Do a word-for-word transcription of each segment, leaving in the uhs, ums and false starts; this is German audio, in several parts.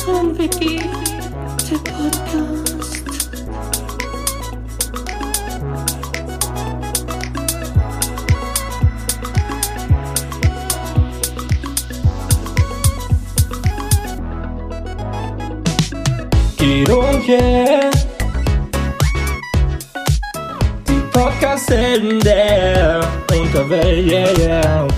Traumwiki, der Podcast. Guido und yeah, die Podcast-Helden der Unterwelt, yeah, yeah.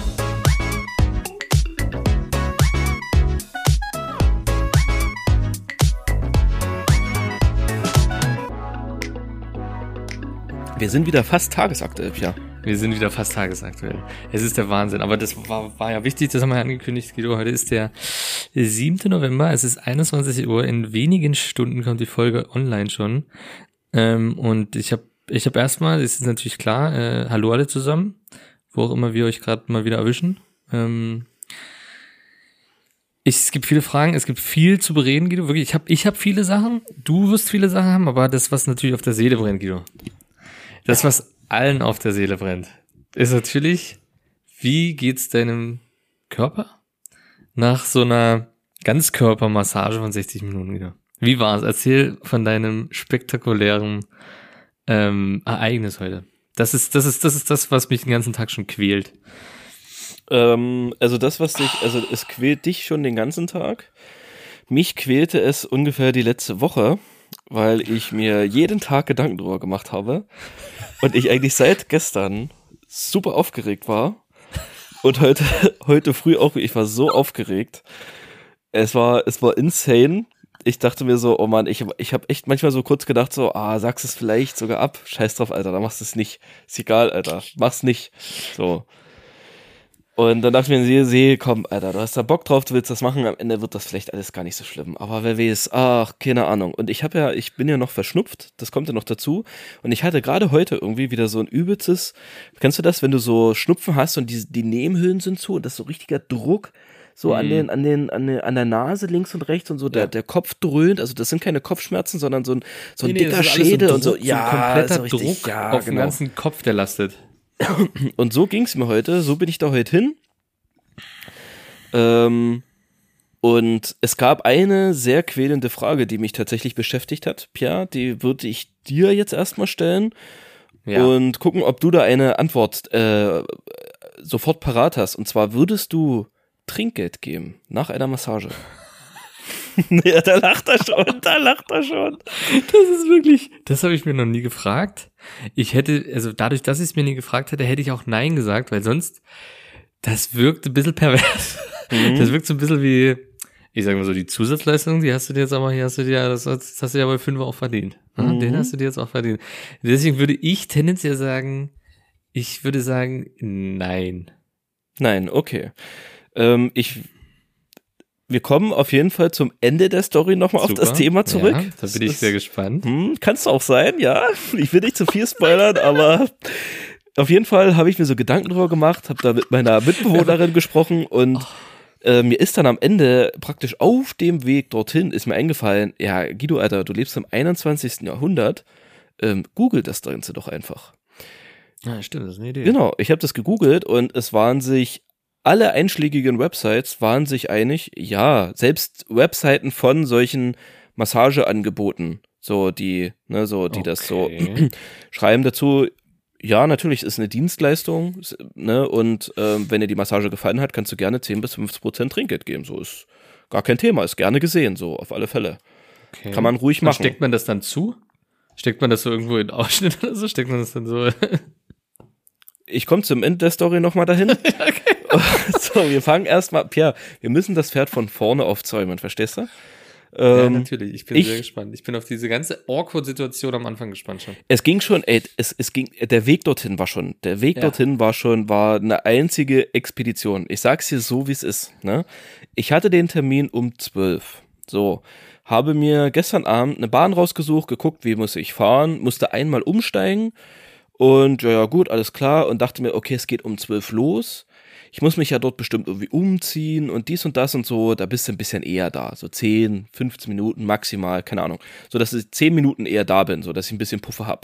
Wir sind wieder fast tagesaktuell, ja. Wir sind wieder fast tagesaktuell. Es ist der Wahnsinn. Aber das war, war ja wichtig, das haben wir ja angekündigt, Guido. Heute ist der siebte November. Es ist einundzwanzig Uhr. In wenigen Stunden kommt die Folge online schon. Ähm, und ich habe ich hab erstmal, es ist natürlich klar, äh, hallo alle zusammen, wo auch immer wir euch gerade mal wieder erwischen. Ähm, ich, es gibt viele Fragen, es gibt viel zu bereden, Guido. Wirklich, ich habe ich hab viele Sachen, du wirst viele Sachen haben, aber das, was natürlich auf der Seele brennt, Guido. Das, was allen auf der Seele brennt, ist natürlich, wie geht's deinem Körper nach so einer Ganzkörpermassage von sechzig Minuten wieder? Wie war's? Erzähl von deinem spektakulären ähm, Ereignis heute. Das ist, das ist, das ist das, was mich den ganzen Tag schon quält. Ähm, also das, was dich, also es quält dich schon den ganzen Tag. Mich quälte es ungefähr die letzte Woche, weil ich mir jeden Tag Gedanken drüber gemacht habe und ich eigentlich seit gestern super aufgeregt war und heute heute früh auch, ich war so aufgeregt. Es war es war insane. Ich dachte mir so, oh Mann, ich ich habe echt manchmal so kurz gedacht so, ah, sagst es vielleicht sogar ab. Scheiß drauf, Alter, dann machst du es nicht. Ist egal, Alter, mach's nicht. So. Und dann dachte ich mir, sehe, sehe, komm, Alter, du hast da Bock drauf, du willst das machen, am Ende wird das vielleicht alles gar nicht so schlimm. Aber wer weiß, ach, keine Ahnung. Und ich habe ja, ich bin ja noch verschnupft, das kommt ja noch dazu. Und ich hatte gerade heute irgendwie wieder so ein übelstes, kennst du das, wenn du so Schnupfen hast und die, die Nebenhöhlen sind zu und das ist so richtiger Druck so mhm. an den, an den, an der, an der Nase links und rechts und so, der, ja. der Kopf dröhnt, also das sind keine Kopfschmerzen, sondern so ein, so ein nee, dicker nee, Schädel so und so. So ja, ein kompletter so richtig, Druck ja, auf genau. den ganzen Kopf, der lastet. Und so ging's mir heute, so bin ich da heute hin. Ähm, und es gab eine sehr quälende Frage, die mich tatsächlich beschäftigt hat, Pierre, die würde ich dir jetzt erstmal stellen ja. und gucken, ob du da eine Antwort äh, sofort parat hast. Und zwar, würdest du Trinkgeld geben nach einer Massage? Ja, da lacht er schon, da lacht er schon. Das ist wirklich, das habe ich mir noch nie gefragt. Ich hätte, also dadurch, dass ich es mir nie gefragt hätte, hätte ich auch Nein gesagt, weil sonst, das wirkt ein bisschen pervers. Mhm. Das wirkt so ein bisschen wie, ich sag mal so, die Zusatzleistung, die hast du dir jetzt aber, hier hast du dir, das hast du ja bei Fünfer auch verdient. Mhm. Den hast du dir jetzt auch verdient. Deswegen würde ich tendenziell sagen, ich würde sagen, nein. Nein, okay. Ähm, ich, wir kommen auf jeden Fall zum Ende der Story nochmal auf das Thema zurück. Ja, da bin ich das, sehr gespannt. Hm, kannst du auch sein, ja. Ich will nicht zu viel spoilern, aber auf jeden Fall habe ich mir so Gedanken drüber gemacht, habe da mit meiner Mitbewohnerin gesprochen und oh. äh, mir ist dann am Ende praktisch auf dem Weg dorthin ist mir eingefallen, ja, Guido, Alter, du lebst im einundzwanzigsten Jahrhundert, ähm, google das Ganze doch einfach. Ja, stimmt, das ist eine Idee. Genau, ich habe das gegoogelt und es waren sich, alle einschlägigen Websites waren sich einig, ja, selbst Webseiten von solchen Massageangeboten, so die, ne, so, die okay. das so schreiben dazu, ja, natürlich, ist eine Dienstleistung, ne, und ähm, wenn dir die Massage gefallen hat, kannst du gerne zehn bis fünfzehn Prozent Trinkgeld geben, so ist gar kein Thema, ist gerne gesehen, so auf alle Fälle. Okay. Kann man ruhig machen. Und steckt man das dann zu? Steckt man das so irgendwo in Ausschnitt oder so? Steckt man das dann so? Ich komme zum Ende der Story nochmal dahin. Okay. So, wir fangen erstmal, Pierre, wir müssen das Pferd von vorne aufzäumen, verstehst du? Ja, ähm, natürlich. Ich bin ich, sehr gespannt. Ich bin auf diese ganze Awkward-Situation am Anfang gespannt schon. Es ging schon, ey, es, es ging, der Weg dorthin war schon, der Weg ja. dorthin war schon, war eine einzige Expedition. Ich sag's dir so, wie es ist, ne? Ich hatte den Termin um zwölf. So. Habe mir gestern Abend eine Bahn rausgesucht, geguckt, wie muss ich fahren, musste einmal umsteigen und ja, ja gut, alles klar und dachte mir, okay, es geht um zwölf los. Ich muss mich ja dort bestimmt irgendwie umziehen und dies und das und so, da bist du ein bisschen eher da, so zehn, fünfzehn Minuten maximal, keine Ahnung, so dass ich zehn Minuten eher da bin, so dass ich ein bisschen Puffer hab.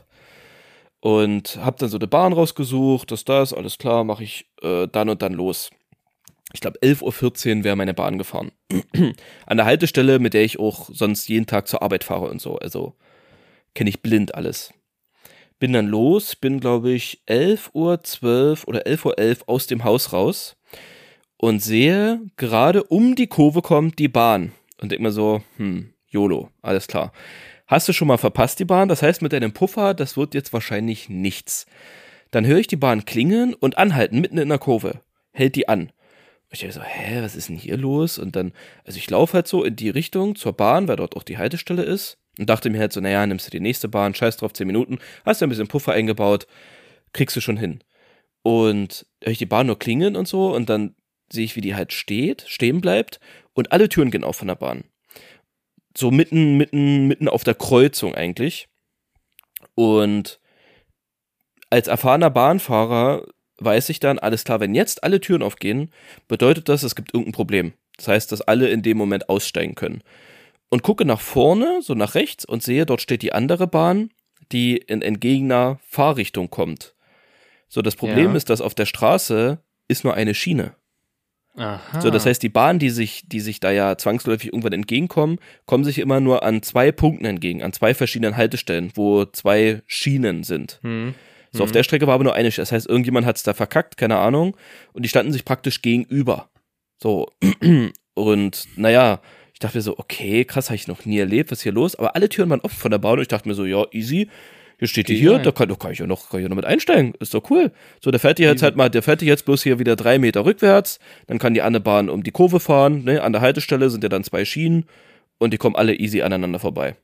Und hab dann so eine Bahn rausgesucht, das, das, alles klar, mache ich äh, dann und dann los. ich glaube elf Uhr vierzehn wäre meine Bahn gefahren. An der Haltestelle, mit der ich auch sonst jeden Tag zur Arbeit fahre und so. Also kenne ich blind alles. Bin dann los, bin glaube ich elf Uhr zwölf oder elf Uhr elf aus dem Haus raus und sehe, gerade um die Kurve kommt die Bahn. Und denke mir so, hm, YOLO, alles klar. Hast du schon mal verpasst die Bahn? Das heißt, mit deinem Puffer, das wird jetzt wahrscheinlich nichts. Dann höre ich die Bahn klingeln und anhalten, mitten in der Kurve. Hält die an. Ich denke so, hä, was ist denn hier los? Und dann, also ich laufe halt so in die Richtung zur Bahn, weil dort auch die Haltestelle ist. Und dachte mir halt so, naja, nimmst du die nächste Bahn, scheiß drauf, zehn Minuten, hast du ein bisschen Puffer eingebaut, kriegst du schon hin. Und höre ich die Bahn nur klingeln und so und dann sehe ich, wie die halt steht, stehen bleibt und alle Türen gehen auf von der Bahn. So mitten, mitten, mitten auf der Kreuzung eigentlich. Und als erfahrener Bahnfahrer weiß ich dann, alles klar, wenn jetzt alle Türen aufgehen, bedeutet das, es gibt irgendein Problem. Das heißt, dass alle in dem Moment aussteigen können. Und gucke nach vorne, so nach rechts und sehe, dort steht die andere Bahn, die in entgegener Fahrrichtung kommt. So, das Problem Ja. ist, dass auf der Straße ist nur eine Schiene. Aha. So, das heißt, die Bahnen, die sich, die sich da ja zwangsläufig irgendwann entgegenkommen, kommen sich immer nur an zwei Punkten entgegen, an zwei verschiedenen Haltestellen, wo zwei Schienen sind. Hm. So, auf der Strecke war aber nur eine Schiene. Das heißt, irgendjemand hat es da verkackt, keine Ahnung, und die standen sich praktisch gegenüber. So, und naja, ich dachte mir so, okay, krass, habe ich noch nie erlebt, was ist hier los? Aber alle Türen waren offen von der Bahn und ich dachte mir so, ja, easy, hier steht die Geh hier, rein. da kann, da kann ich ja noch, kann ich ja noch mit einsteigen, ist doch cool. So, der fährt die jetzt Easy. halt mal, der fährt die jetzt bloß hier wieder drei Meter rückwärts, dann kann die andere Bahn um die Kurve fahren, ne, an der Haltestelle sind ja dann zwei Schienen und die kommen alle easy aneinander vorbei.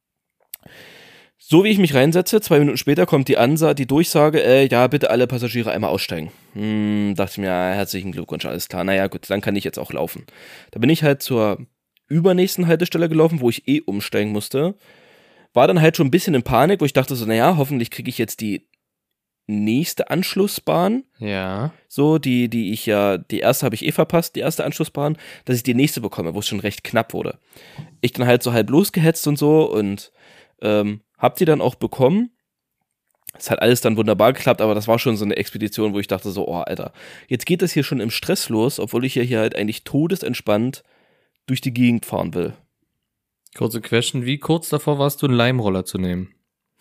So wie ich mich reinsetze, zwei Minuten später kommt die Ansage, die Durchsage, äh, ja, bitte alle Passagiere einmal aussteigen. Hm, dachte ich mir, ja, herzlichen Glückwunsch, alles klar, naja, gut, dann kann ich jetzt auch laufen. Da bin ich halt zur übernächsten Haltestelle gelaufen, wo ich eh umsteigen musste. War dann halt schon ein bisschen in Panik, wo ich dachte so, naja, hoffentlich kriege ich jetzt die nächste Anschlussbahn, Ja. so, die, die ich ja, die erste habe ich eh verpasst, die erste Anschlussbahn, dass ich die nächste bekomme, wo es schon recht knapp wurde. Ich dann halt so halb losgehetzt und so und ähm, hab die dann auch bekommen. Es hat alles dann wunderbar geklappt, aber das war schon so eine Expedition, wo ich dachte so, oh, Alter, jetzt geht das hier schon im Stress los, obwohl ich ja hier halt eigentlich todesentspannt durch die Gegend fahren will. Kurze Question, wie kurz davor warst du, einen Leimroller zu nehmen?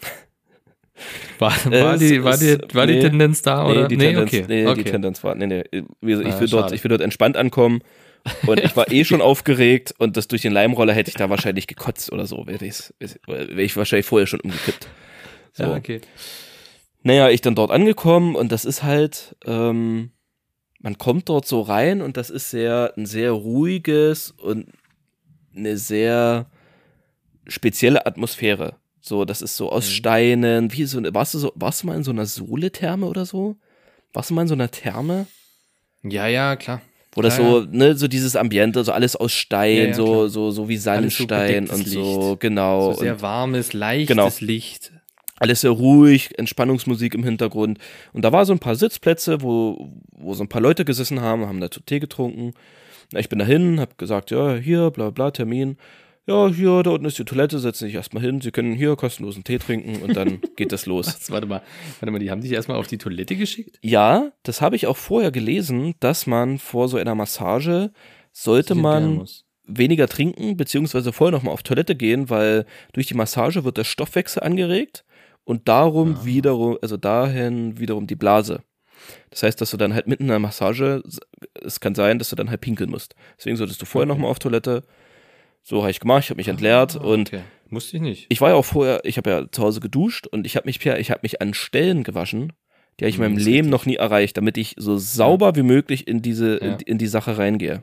War, Äh, war, es die, war, ist- die, war die nee. Tendenz da? Oder? Nee, die Tendenz, okay. nee, okay. die Tendenz war, nee, nee, wie gesagt, ich Ah, will dort, schade. ich will dort entspannt ankommen und ich war eh schon aufgeregt und das durch den Leimroller hätte ich da wahrscheinlich gekotzt oder so, wäre ich, wäre ich wahrscheinlich vorher schon umgekippt. So. Ja, okay. Naja, ich dann dort angekommen und das ist halt, ähm, man kommt dort so rein und das ist sehr, ein sehr ruhiges und eine sehr spezielle Atmosphäre. So, das ist so aus Mhm. Steinen, wie so, warst du so, warst du mal in so einer Sohle-Therme oder so? Warst du mal in so einer Therme? Ja, ja, klar. Wo das Klar, so, ne, so dieses Ambiente, so alles aus Stein, Ja, ja, so, klar. so, so wie Alles so Sandstein bedecktes und so, Licht. genau. So sehr und warmes, leichtes Genau. Licht. alles sehr ruhig, Entspannungsmusik im Hintergrund. Und da war so ein paar Sitzplätze, wo, wo so ein paar Leute gesessen haben, haben dazu Tee getrunken. Na, ich bin dahin, hab gesagt, ja, hier, bla bla, Termin. Ja, hier, da unten ist die Toilette, setzen Sie sich erstmal hin. Sie können hier kostenlosen Tee trinken und dann geht das los. Was? Warte mal, warte mal, die haben dich erstmal auf die Toilette geschickt? Ja, das habe ich auch vorher gelesen, dass man vor so einer Massage sollte man muss. weniger trinken, beziehungsweise vorher nochmal auf Toilette gehen, weil durch die Massage wird der Stoffwechsel angeregt und darum Ah. wiederum, also dahin wiederum die Blase. Das heißt, dass du dann halt mitten in der Massage, es kann sein, dass du dann halt pinkeln musst. Deswegen solltest du vorher Okay. nochmal auf Toilette. So habe ich gemacht, ich habe mich entleert Ah, und okay. Musste ich nicht. ich war ja auch vorher, ich habe ja zu Hause geduscht und ich habe mich, ja- ich habe mich an Stellen gewaschen, die habe ich in Mhm, meinem ist Leben richtig. noch nie erreicht, damit ich so sauber wie möglich in diese, Ja. in, in die Sache reingehe.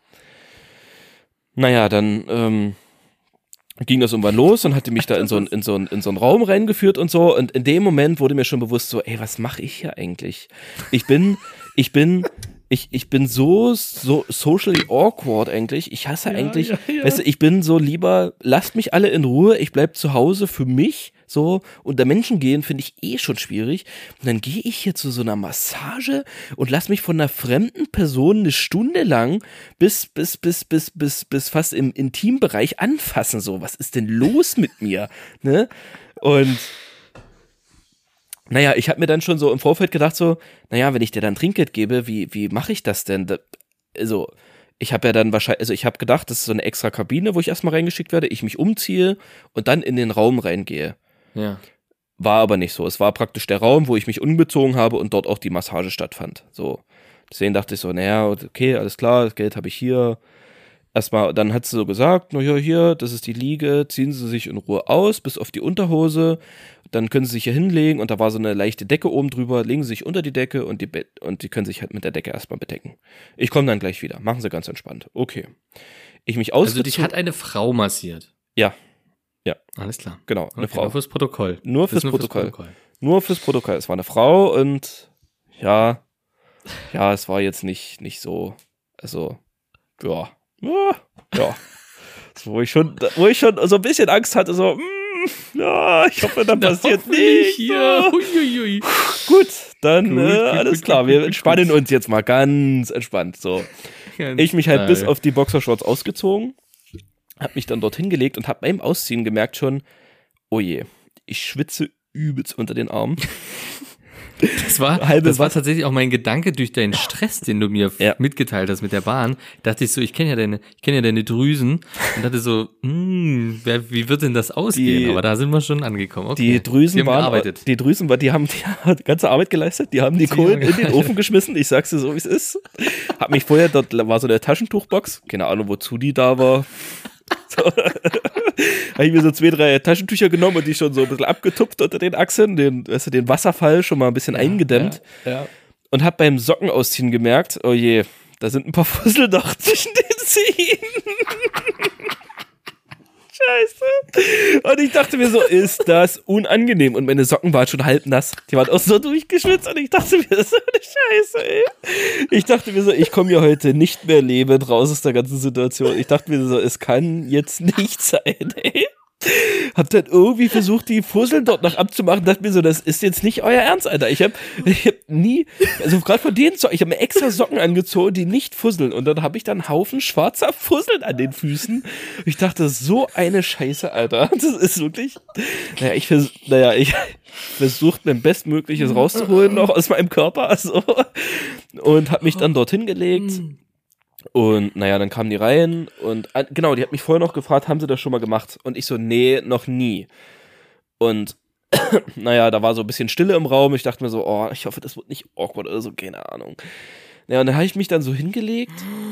Naja, dann ähm, ging das irgendwann los und hatte mich da in so, ein, in, so ein, in so einen Raum reingeführt und so. Und in dem Moment wurde mir schon bewusst so, ey, was mache ich hier eigentlich? Ich bin, ich bin, ich, ich bin so, so socially awkward eigentlich. Ich hasse eigentlich, ja, ja. weißt du, ich bin so lieber, lasst mich alle in Ruhe, ich bleib zu Hause für mich, so, unter Menschen gehen finde ich eh schon schwierig. Und dann gehe ich hier zu so einer Massage und lass mich von einer fremden Person eine Stunde lang bis, bis, bis, bis, bis, bis fast im Intimbereich anfassen, so, was ist denn los mit mir, ne? Und naja, ich habe mir dann schon so im Vorfeld gedacht so, naja, wenn ich dir dann Trinkgeld gebe, wie, wie mache ich das denn? Da, also ich habe ja dann wahrscheinlich, also ich habe gedacht, das ist so eine extra Kabine, wo ich erstmal reingeschickt werde, ich mich umziehe und dann in den Raum reingehe. Ja. War aber nicht so. Es war praktisch der Raum, wo ich mich umgezogen habe und dort auch die Massage stattfand. So. Deswegen dachte ich so, naja, okay, alles klar, das Geld habe ich hier. Erstmal, dann hat sie so gesagt, na ja, hier, das ist die Liege, ziehen Sie sich in Ruhe aus, bis auf die Unterhose, dann können Sie sich hier hinlegen und da war so eine leichte Decke oben drüber, legen Sie sich unter die Decke und die, Be- und die können sich halt mit der Decke erstmal bedecken. Ich komme dann gleich wieder, machen Sie ganz entspannt. Okay. Ich mich ausgezogen. Also dich hat eine Frau massiert. Ja. Ja. Alles klar. Genau, eine Okay, Frau. Nur fürs Protokoll. Nur Das fürs ist Protokoll. Fürs Protokoll. Nur fürs Protokoll. Es war eine Frau und ja, ja, es war jetzt nicht, nicht so, also, ja, ja, ja. So, wo ich schon, wo ich schon so ein bisschen Angst hatte, so, mm, ja, ich hoffe, dann passiert nichts. Hier. So. Huiuiui. Gut, dann Gut, äh, gut, alles gut, klar, gut, wir gut, entspannen gut. uns jetzt mal ganz entspannt. So, ich mich halt bis auf die Boxershorts ausgezogen, hab mich dann dorthin gelegt und hab beim Ausziehen gemerkt schon, oh je, ich schwitze übelst unter den Armen. Das war, Halbe das war Watt. tatsächlich auch mein Gedanke durch deinen Stress, den du mir Ja. mitgeteilt hast mit der Bahn. Dachte ich so, ich kenne ja deine, ich kenne ja deine Drüsen und dachte so, hm, wer, wie wird denn das ausgehen? Die- Aber da sind wir schon angekommen. Okay. Die Drüsen Die haben waren, gearbeitet. die Drüsen waren, die haben die, die ganze Arbeit geleistet, die haben die Kohlen in den Ofen geschmissen, ich sag's dir so, wie es ist. Hab mich vorher, dort war so eine Taschentuchbox, keine Ahnung, wozu die da war. So. Habe ich mir so zwei, drei Taschentücher genommen und die schon so ein bisschen abgetupft unter den Achseln, den, weißt du, den Wasserfall schon mal ein bisschen eingedämmt. Ja, ja. Und hab beim Socken ausziehen gemerkt, oh je, da sind ein paar Fussel noch zwischen den Zehen. Scheiße. Und ich dachte mir so, ist das unangenehm. Und meine Socken waren schon halb nass. Die waren auch so durchgeschwitzt und ich dachte mir, das ist so eine Scheiße, ey. Ich dachte mir so, ich komme hier heute nicht mehr lebend raus aus der ganzen Situation. Ich dachte mir so, es kann jetzt nicht sein, ey. Hab dann irgendwie versucht, die Fusseln dort noch abzumachen. Dachte mir so, das ist jetzt nicht euer Ernst, Alter. Ich hab, ich hab nie, also gerade von denen Socken, ich habe mir extra Socken angezogen, die nicht fusseln. Und dann habe ich dann einen Haufen schwarzer Fusseln an den Füßen. Ich dachte, so eine Scheiße, Alter. Das ist wirklich, naja, ich vers, naja, ich versucht, mein Bestmögliches rauszuholen noch aus meinem Körper, so. Und hab mich dann dorthin gelegt. Und naja, dann kamen die rein und äh, genau, die hat mich vorher noch gefragt, haben sie das schon mal gemacht? Und ich so, nee, noch nie. Und naja, da war so ein bisschen Stille im Raum. Ich dachte mir so, oh, ich hoffe, das wird nicht awkward oder so, keine Ahnung. Naja, und dann habe ich mich dann so hingelegt.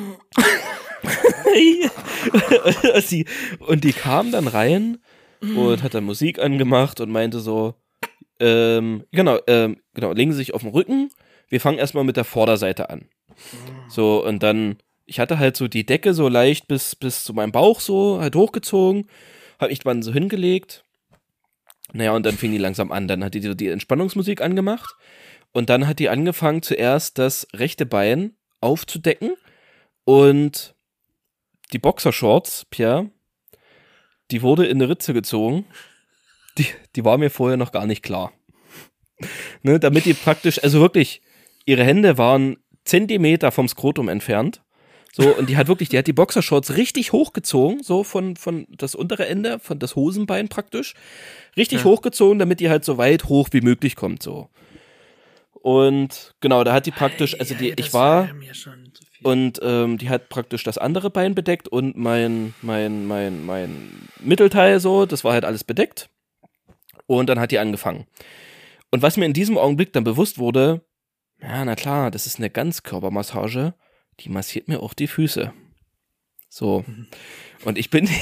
und, die, und die kam dann rein und hat dann Musik angemacht und meinte so, ähm, genau, ähm, genau, legen Sie sich auf den Rücken. Wir fangen erstmal mit der Vorderseite an. So, und dann, ich hatte halt so die Decke so leicht bis, bis zu meinem Bauch so halt hochgezogen, hab mich dann so hingelegt. Naja, und dann fing die langsam an. Dann hat die so die Entspannungsmusik angemacht und dann hat die angefangen, zuerst das rechte Bein aufzudecken und die Boxershorts, Pierre, die wurde in eine Ritze gezogen. Die, die war mir vorher noch gar nicht klar. Ne, damit die praktisch, also wirklich, ihre Hände waren Zentimeter vom Skrotum entfernt. So, und die hat wirklich, die hat die Boxershorts richtig hochgezogen, so von, von das untere Ende, von das Hosenbein praktisch, richtig Ja. hochgezogen, damit die halt so weit hoch wie möglich kommt, so. Und genau, da hat die praktisch, also die, ich war, und ähm, die hat praktisch das andere Bein bedeckt und mein, mein, mein, mein Mittelteil so, das war halt alles bedeckt. Und dann hat die angefangen. Und was mir in diesem Augenblick dann bewusst wurde, ja, na klar, das ist eine Ganzkörpermassage, die massiert mir auch die Füße. So. Und ich bin...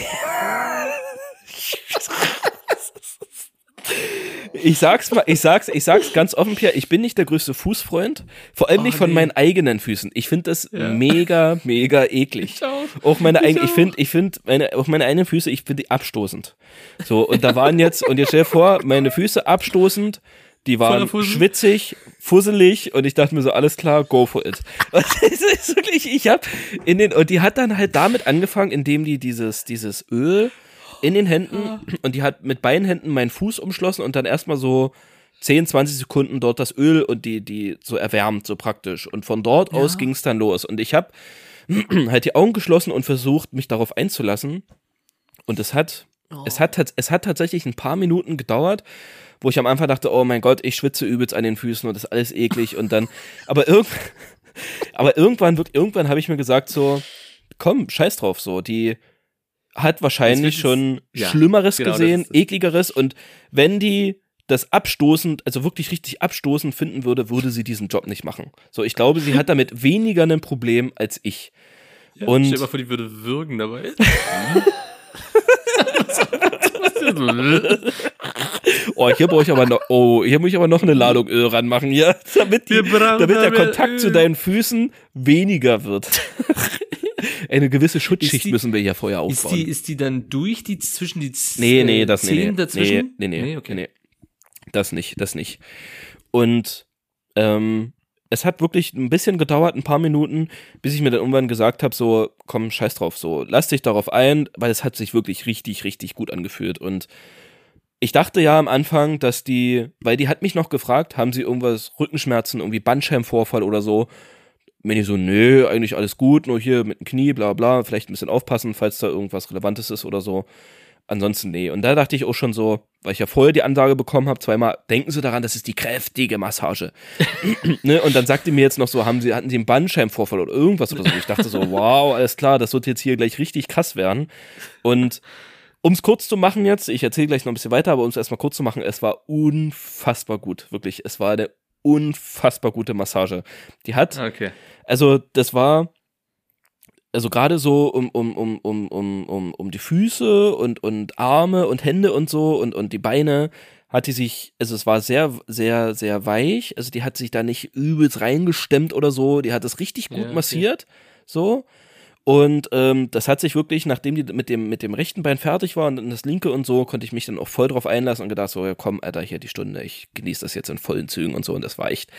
Ich sag's mal, ich sag's, ich sag's ganz offen, Pierre, ich bin nicht der größte Fußfreund, vor allem Oh, nicht von nee. meinen eigenen Füßen. Ich finde das Ja. mega, mega eklig. Ich auch. Auch meine Ich eigenen, ich auch. finde, ich finde meine, auch meine eigenen Füße, ich finde die abstoßend. So, und da waren jetzt, und jetzt stell dir vor, meine Füße abstoßend, die waren Voller Fussel. schwitzig, fusselig, und ich dachte mir so, alles klar, go for it. Und das ist wirklich, ich hab in den, und die hat dann halt damit angefangen, indem die dieses, dieses Öl in den Händen, und die hat mit beiden Händen meinen Fuß umschlossen und dann erstmal so zehn, zwanzig Sekunden dort das Öl und die, die so erwärmt, so praktisch. Und von dort aus ging es dann los. Und ich habe halt die Augen geschlossen und versucht, mich darauf einzulassen. Und es hat, es hat, tats- es hat tatsächlich ein paar Minuten gedauert, wo ich am Anfang dachte, oh mein Gott, ich schwitze übelst an den Füßen und das ist alles eklig. Und dann, aber irgend, Aber irgendwann, wird- irgendwann habe ich mir gesagt so, komm, scheiß drauf, so, die hat wahrscheinlich Jetzt wird schon es- ja, Schlimmeres genau, das gesehen, ist das. ekligeres und wenn die das abstoßend, also wirklich richtig abstoßend finden würde, würde sie diesen Job nicht machen. So, ich glaube, sie hat damit weniger ein Problem als ich. Ja, Und- stell dir mal vor, die würde würgen dabei. Oh, hier brauche ich aber noch, oh, hier muss ich aber noch eine Ladung Öl ranmachen, hier, damit, die, Wir brauchen damit der da mehr Kontakt Öl. zu deinen Füßen weniger wird. Eine gewisse Schutzschicht Ist die- müssen wir hier vorher Ist aufbauen. die, ist die dann durch die zwischen die Z- nee, nee, äh, das nee, Zehen nee, dazwischen? Nee, nee, nee, okay. nee, das nicht, das nicht. Und ähm, es hat wirklich ein bisschen gedauert, ein paar Minuten, bis ich mir dann irgendwann gesagt habe, so, komm, scheiß drauf, so, lass dich darauf ein, weil es hat sich wirklich richtig, richtig gut angefühlt. Und ich dachte ja am Anfang, dass die, weil die hat mich noch gefragt, haben sie irgendwas, Rückenschmerzen, irgendwie Bandscheibenvorfall oder so. Wenn ich so, nö, eigentlich alles gut, nur hier mit dem Knie, bla bla, vielleicht ein bisschen aufpassen, falls da irgendwas Relevantes ist oder so. Ansonsten nee. Und da dachte ich auch schon so, weil ich ja vorher die Ansage bekommen habe, zweimal, denken Sie daran, das ist die kräftige Massage. Ne? Und dann sagte mir jetzt noch so, haben Sie, hatten Sie einen Bandscheibenvorfall oder irgendwas oder so. Ich dachte so, wow, alles klar, das wird jetzt hier gleich richtig krass werden. Und um es kurz zu machen jetzt, ich erzähle gleich noch ein bisschen weiter, aber um es erstmal kurz zu machen, es war unfassbar gut, wirklich. Es war eine unfassbar gute Massage. Die hat, Okay. also das war, also gerade so um, um, um, um, um, um, um die Füße und, und Arme und Hände und so und, und die Beine hat die sich, also es war sehr, sehr, sehr weich, also die hat sich da nicht übelst reingestemmt oder so, die hat das richtig gut Ja, okay. massiert, so. Und ähm, das hat sich wirklich, nachdem die mit dem, mit dem rechten Bein fertig war und dann das linke und so, konnte ich mich dann auch voll drauf einlassen und gedacht so, ja komm, Alter, hier die Stunde, ich genieße das jetzt in vollen Zügen und so. Und das war echt,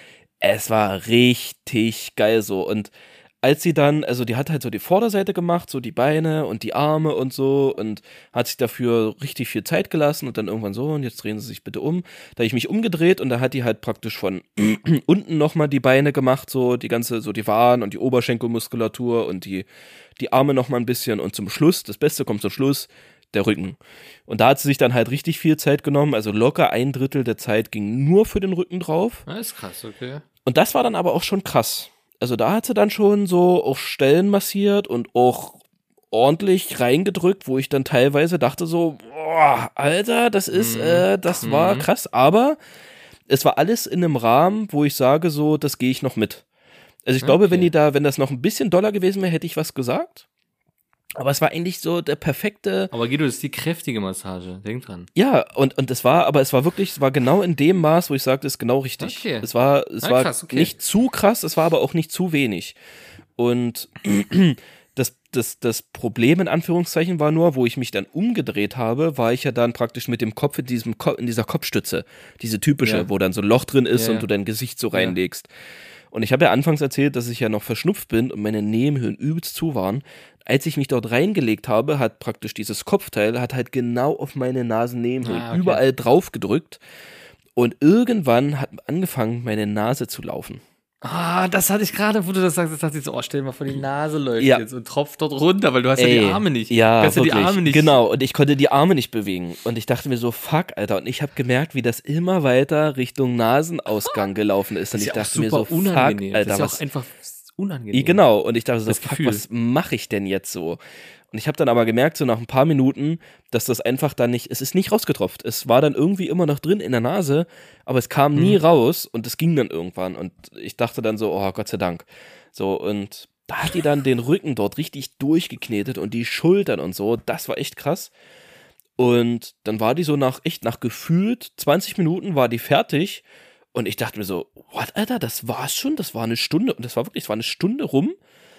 es war richtig geil so. Und als sie dann, also die hat halt so die Vorderseite gemacht, so die Beine und die Arme und so und hat sich dafür richtig viel Zeit gelassen und dann irgendwann so, und jetzt drehen sie sich bitte um. Da hab ich mich umgedreht und da hat die halt praktisch von unten nochmal die Beine gemacht, so die ganze, so die Waden und die Oberschenkelmuskulatur und die, die Arme nochmal ein bisschen und zum Schluss, das Beste kommt zum Schluss, der Rücken. Und da hat sie sich dann halt richtig viel Zeit genommen, also locker ein Drittel der Zeit ging nur für den Rücken drauf. Das ist krass, okay. Und das war dann aber auch schon krass. Also da hat sie dann schon so auch Stellen massiert und auch ordentlich reingedrückt, wo ich dann teilweise dachte so, boah, Alter, das ist, Mhm. äh, das war Mhm. krass. Aber es war alles in einem Rahmen, wo ich sage so, das gehe ich noch mit. Also ich glaube, Okay. wenn die da, wenn das noch ein bisschen doller gewesen wäre, hätte ich was gesagt. Aber es war eigentlich so der perfekte, Aber Guido, das ist die kräftige Massage. Denk dran. ja, und, und es war, aber es war wirklich, es war genau in dem Maß, wo ich sagte, es ist genau richtig. Okay. Es war, es Ah, war krass, okay. nicht zu krass, es war aber auch nicht zu wenig. Und das, das, das Problem in Anführungszeichen war nur, wo ich mich dann umgedreht habe, war ich ja dann praktisch mit dem Kopf in diesem Ko- in dieser Kopfstütze, diese typische, Ja. wo dann so ein Loch drin ist Ja, und ja. du dein Gesicht so Ja. reinlegst. Und ich habe ja anfangs erzählt, dass ich ja noch verschnupft bin und meine Nebenhöhlen übelst zu waren. Als ich mich dort reingelegt habe, hat praktisch dieses Kopfteil hat halt genau auf meine Nasennebenhöhlen Ah, okay. überall drauf gedrückt. Und irgendwann hat angefangen, meine Nase zu laufen. Ah, das hatte ich gerade, wo du das sagst, das dachte ich so, oh, stell dir mal vor, die Nase läuft Ja. jetzt und tropft dort runter, weil du hast ja die Ey, Arme nicht. Ja, du hast ja die wirklich. Arme nicht. Genau, und ich konnte die Arme nicht bewegen. Und ich dachte mir so, fuck, Alter. Und ich habe gemerkt, wie das immer weiter Richtung Nasenausgang gelaufen ist. Und Das ist ich ja auch dachte mir super so, unangenehm. fuck, Alter, das ist ja was, auch einfach unangenehm. Ja, genau, und ich dachte so, Das fuck, Gefühl. was mache ich denn jetzt so? Und ich habe dann aber gemerkt, so nach ein paar Minuten, dass das einfach dann nicht, es ist nicht rausgetropft. Es war dann irgendwie immer noch drin in der Nase, aber es kam nie Mhm. raus und es ging dann irgendwann. Und ich dachte dann so, oh Gott sei Dank. So, und da hat die dann den Rücken dort richtig durchgeknetet und die Schultern und so. Das war echt krass. Und dann war die so nach, echt nach gefühlt zwanzig Minuten war die fertig. Und ich dachte mir so, what, Alter, das war's schon? Das war eine Stunde. Und das war wirklich, es war eine Stunde rum.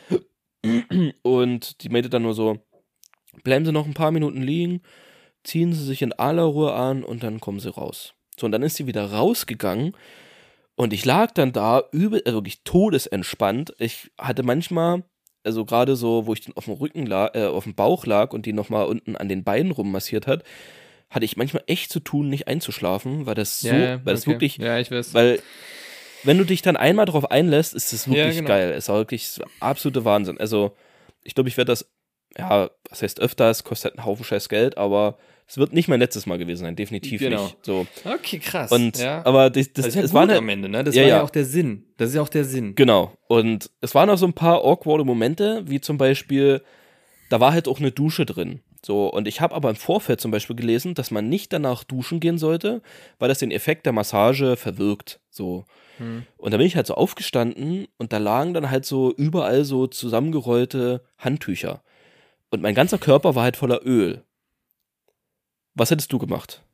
Und die meinte dann nur so, bleiben Sie noch ein paar Minuten liegen, ziehen Sie sich in aller Ruhe an und dann kommen Sie raus. So, und dann ist sie wieder rausgegangen und ich lag dann da übel, also wirklich todesentspannt. Ich hatte manchmal, also gerade so, wo ich dann auf dem Rücken lag, äh, auf dem Bauch lag und die nochmal unten an den Beinen rummassiert hat, hatte ich manchmal echt zu tun, nicht einzuschlafen, weil das so, Ja, ja, weil das okay. wirklich, Ja, ich weiß. weil wenn du dich dann einmal drauf einlässt, ist es wirklich Ja, genau. geil. Es war wirklich absolute Wahnsinn. Also ich glaube, ich werde das ja, was heißt öfters, kostet einen Haufen scheiß Geld, aber es wird nicht mein letztes Mal gewesen sein, definitiv Genau. nicht. So. Okay, krass. Und, ja. aber das, das, Das ist ja es gut waren halt, am Ende, ne? Das ja, war ja, ja auch der Sinn. Das ist ja auch der Sinn. Genau. Und es waren auch so ein paar awkwarde Momente, wie zum Beispiel, da war halt auch eine Dusche drin. So, und ich habe aber im Vorfeld zum Beispiel gelesen, dass man nicht danach duschen gehen sollte, weil das den Effekt der Massage verwirkt. So. Hm. Und da bin ich halt so aufgestanden und da lagen dann halt so überall so zusammengerollte Handtücher. Und mein ganzer Körper war halt voller Öl. Was hättest du gemacht?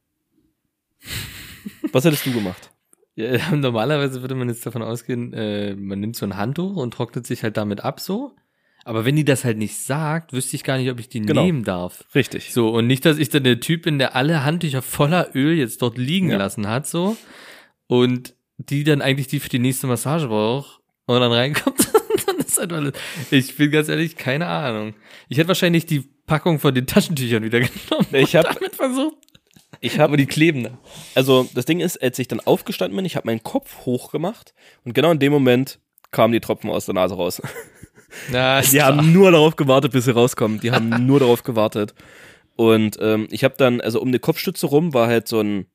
Was hättest du gemacht? Ja, normalerweise würde man jetzt davon ausgehen, äh, man nimmt so ein Handtuch und trocknet sich halt damit ab so. Aber wenn die das halt nicht sagt, wüsste ich gar nicht, ob ich die Genau. nehmen darf. Richtig. So, und nicht, dass ich dann der Typ bin, der alle Handtücher voller Öl jetzt dort liegen Ja. gelassen hat, so. Und die dann eigentlich die für die nächste Massage braucht und dann reinkommt, dann ist halt alles. Ich bin ganz ehrlich, keine Ahnung. Ich hätte wahrscheinlich die Packung von den Taschentüchern wieder genommen Ich und hab- damit versucht. Ich habe Aber die kleben da. Also das Ding ist, als ich dann aufgestanden bin, ich habe meinen Kopf hochgemacht und genau in dem Moment kamen die Tropfen aus der Nase raus. Na, Die haben nur darauf gewartet, bis sie rauskommen. Die haben nur darauf gewartet. Und ähm, ich habe dann, also um die Kopfstütze rum war halt so ein,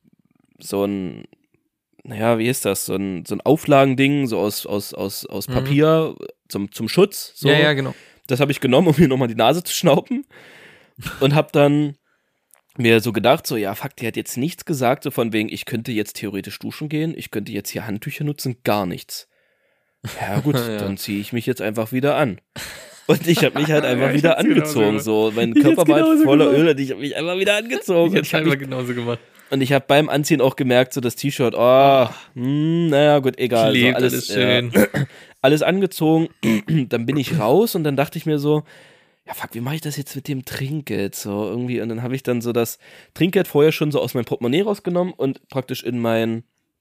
so ein, naja, wie ist das? So ein, so ein Auflagending, so aus, aus, aus, aus Mhm. Papier zum, zum Schutz. So. Ja, ja, genau. Das habe ich genommen, um mir nochmal die Nase zu schnauben. Und habe dann mir so gedacht, so, ja, fuck, die hat jetzt nichts gesagt, so von wegen, ich könnte jetzt theoretisch duschen gehen, ich könnte jetzt hier Handtücher nutzen, gar nichts. Ja gut, Ja. dann ziehe ich mich jetzt einfach wieder an. Und ich habe mich halt einfach Ja, ich wieder hätt's genauso angezogen, gemacht. so, mein Ich Körper hätt's war halt genauso voller gemacht. Öl und ich habe mich einfach wieder angezogen. Ich Und ich hätte habe einfach mich, genauso gemacht. und ich habe beim Anziehen auch gemerkt, so das T-Shirt, oh, hm, naja, gut, egal. So, Klebt, alles, alles schön. Ja, alles angezogen, dann bin ich raus und dann dachte ich mir so, ja fuck, wie mache ich das jetzt mit dem Trinkgeld so irgendwie, und dann habe ich dann so das Trinkgeld vorher schon so aus meinem Portemonnaie rausgenommen und praktisch in mein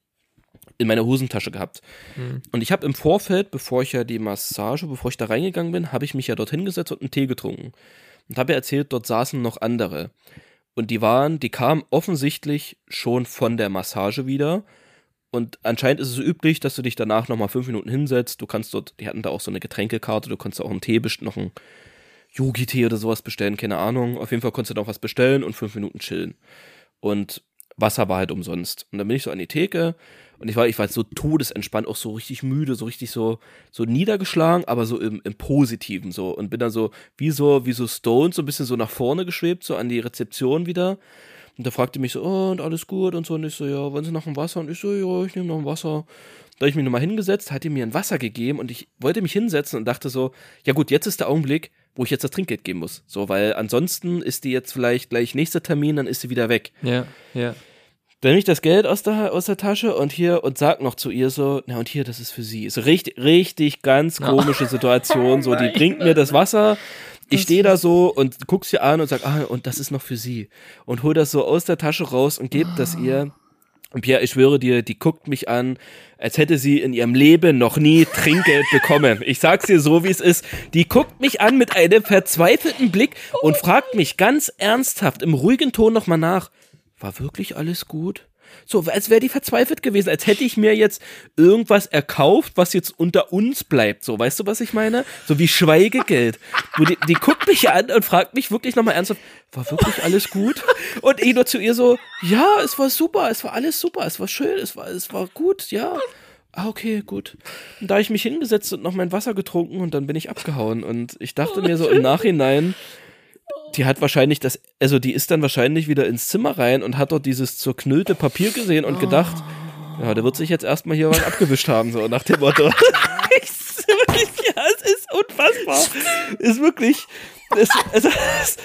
in meine Hosentasche gehabt. Mhm. Und ich habe im Vorfeld, bevor ich ja die Massage, bevor ich da reingegangen bin, habe ich mich ja dorthin gesetzt und einen Tee getrunken und habe ja erzählt, dort saßen noch andere und die waren, die kamen offensichtlich schon von der Massage wieder. Und anscheinend ist es so üblich, dass du dich danach nochmal fünf Minuten hinsetzt. Du kannst dort, die hatten da auch so eine Getränkekarte, du konntest auch einen Tee, best- noch einen Yogi-Tee oder sowas bestellen, keine Ahnung. Auf jeden Fall konntest du noch was bestellen und fünf Minuten chillen. Und Wasser war halt umsonst. Und dann bin ich so an die Theke und ich war, ich war so todesentspannt, auch so richtig müde, so richtig so, so niedergeschlagen, aber so im, im Positiven so. Und bin dann so, wie so, wie so stoned, so ein bisschen so nach vorne geschwebt, so an die Rezeption wieder. Und da fragte mich so, oh, und alles gut und so. Und ich so, ja, wollen Sie noch ein Wasser? Und ich so, ja, ich nehme noch ein Wasser. Da habe ich mich nochmal hingesetzt, hat die mir ein Wasser gegeben und ich wollte mich hinsetzen und dachte so, ja gut, jetzt ist der Augenblick, wo ich jetzt das Trinkgeld geben muss. So, weil ansonsten ist die jetzt vielleicht gleich nächster Termin, dann ist sie wieder weg. Ja, ja. Dann nehme ich das Geld aus der, aus der Tasche und hier und sag noch zu ihr so, na und hier, das ist für sie. Ist richtig, richtig ganz komische Situation. So, die bringt mir das Wasser. Ich stehe da so und guck sie an und sag, ah, und das ist noch für sie. Und hol das so aus der Tasche raus und gebe das ihr. Und Pierre, ich schwöre dir, die guckt mich an, als hätte sie in ihrem Leben noch nie Trinkgeld bekommen. Ich sag's dir so, wie es ist. Die guckt mich an mit einem verzweifelten Blick und fragt mich ganz ernsthaft im ruhigen Ton nochmal nach, war wirklich alles gut? So, als wäre die verzweifelt gewesen, als hätte ich mir jetzt irgendwas erkauft, was jetzt unter uns bleibt. So, weißt du, was ich meine? So wie Schweigegeld. Wo die, die guckt mich an und fragt mich wirklich nochmal ernsthaft, war wirklich alles gut? Und ich nur zu ihr so, ja, es war super, es war alles super, es war schön, es war, es war gut, ja. Ah, okay, gut. Und da habe ich mich hingesetzt und noch mein Wasser getrunken und dann bin ich abgehauen. Und ich dachte mir so im Nachhinein, die hat wahrscheinlich das, also die ist dann wahrscheinlich wieder ins Zimmer rein und hat dort dieses zerknüllte Papier gesehen und gedacht, ja, der wird sich jetzt erstmal hier was abgewischt haben, so nach dem Motto. Ich, wirklich, ja, es ist unfassbar. Ist wirklich, es, also, es,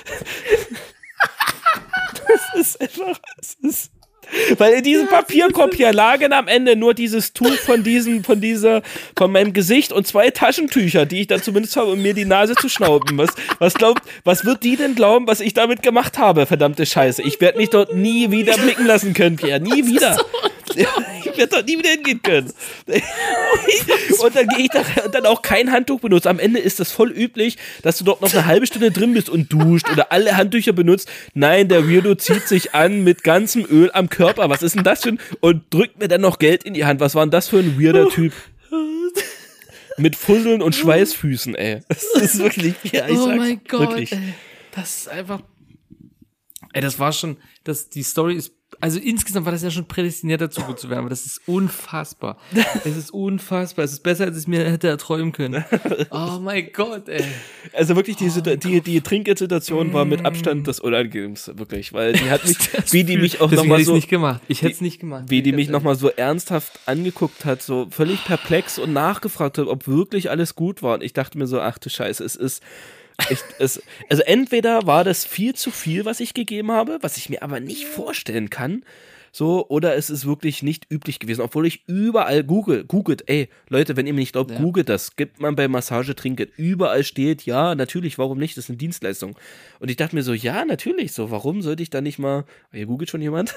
das ist einfach, es ist, weil in diesem Papierkorb hier lagen am Ende nur dieses Tuch von diesem, von dieser, von meinem Gesicht und zwei Taschentücher, die ich dann zumindest habe, um mir die Nase zu schnauben. Was, was glaubt, was wird die denn glauben, was ich damit gemacht habe? Verdammte Scheiße. Ich werde mich dort nie wieder blicken lassen können, Pierre. Nie wieder. Ich werde dort nie wieder hingehen können. Und dann gehe ich da und dann auch kein Handtuch benutzen. Am Ende ist das voll üblich, dass du dort noch eine halbe Stunde drin bist und duscht oder alle Handtücher benutzt. Nein, der Weirdo zieht sich an mit ganzem Öl am Körper. Was ist denn das für ein... Und drückt mir dann noch Geld in die Hand. Was war denn das für ein weirder Typ? Mit Fusseln und Schweißfüßen, ey. Das ist wirklich, ja, ich Oh sag's, mein Gott, wirklich. ey. Das ist einfach... Ey, das war schon... Das, die Story ist... Also insgesamt war das ja schon prädestiniert dazu, gut zu werden, aber das ist unfassbar. Es ist unfassbar. Es ist besser, als ich mir hätte erträumen können. Oh mein Gott, ey. Also wirklich, die, Oh, Situ- die, die Trinkgeld-Situation war mit Abstand das Unangenehmste, wirklich, weil die hat mich, Das wie die mich auch Deswegen nochmal hätte so, ich's nicht gemacht. Ich hätte es nicht gemacht. wie die Ich mich hätte- nochmal so ernsthaft angeguckt hat, so völlig perplex und nachgefragt hat, ob wirklich alles gut war. Und ich dachte mir so, ach du Scheiße, es ist echt, es, also entweder war das viel zu viel, was ich gegeben habe, was ich mir aber nicht vorstellen kann, so, oder es ist wirklich nicht üblich gewesen, obwohl ich überall google, googelt, ey, Leute, wenn ihr mir nicht glaubt, Ja. googelt das, gibt man bei Massage Trinkgeld, überall steht, ja, natürlich, warum nicht, das ist eine Dienstleistung. Und ich dachte mir so, ja, natürlich, so, warum sollte ich da nicht mal, hier googelt schon jemand,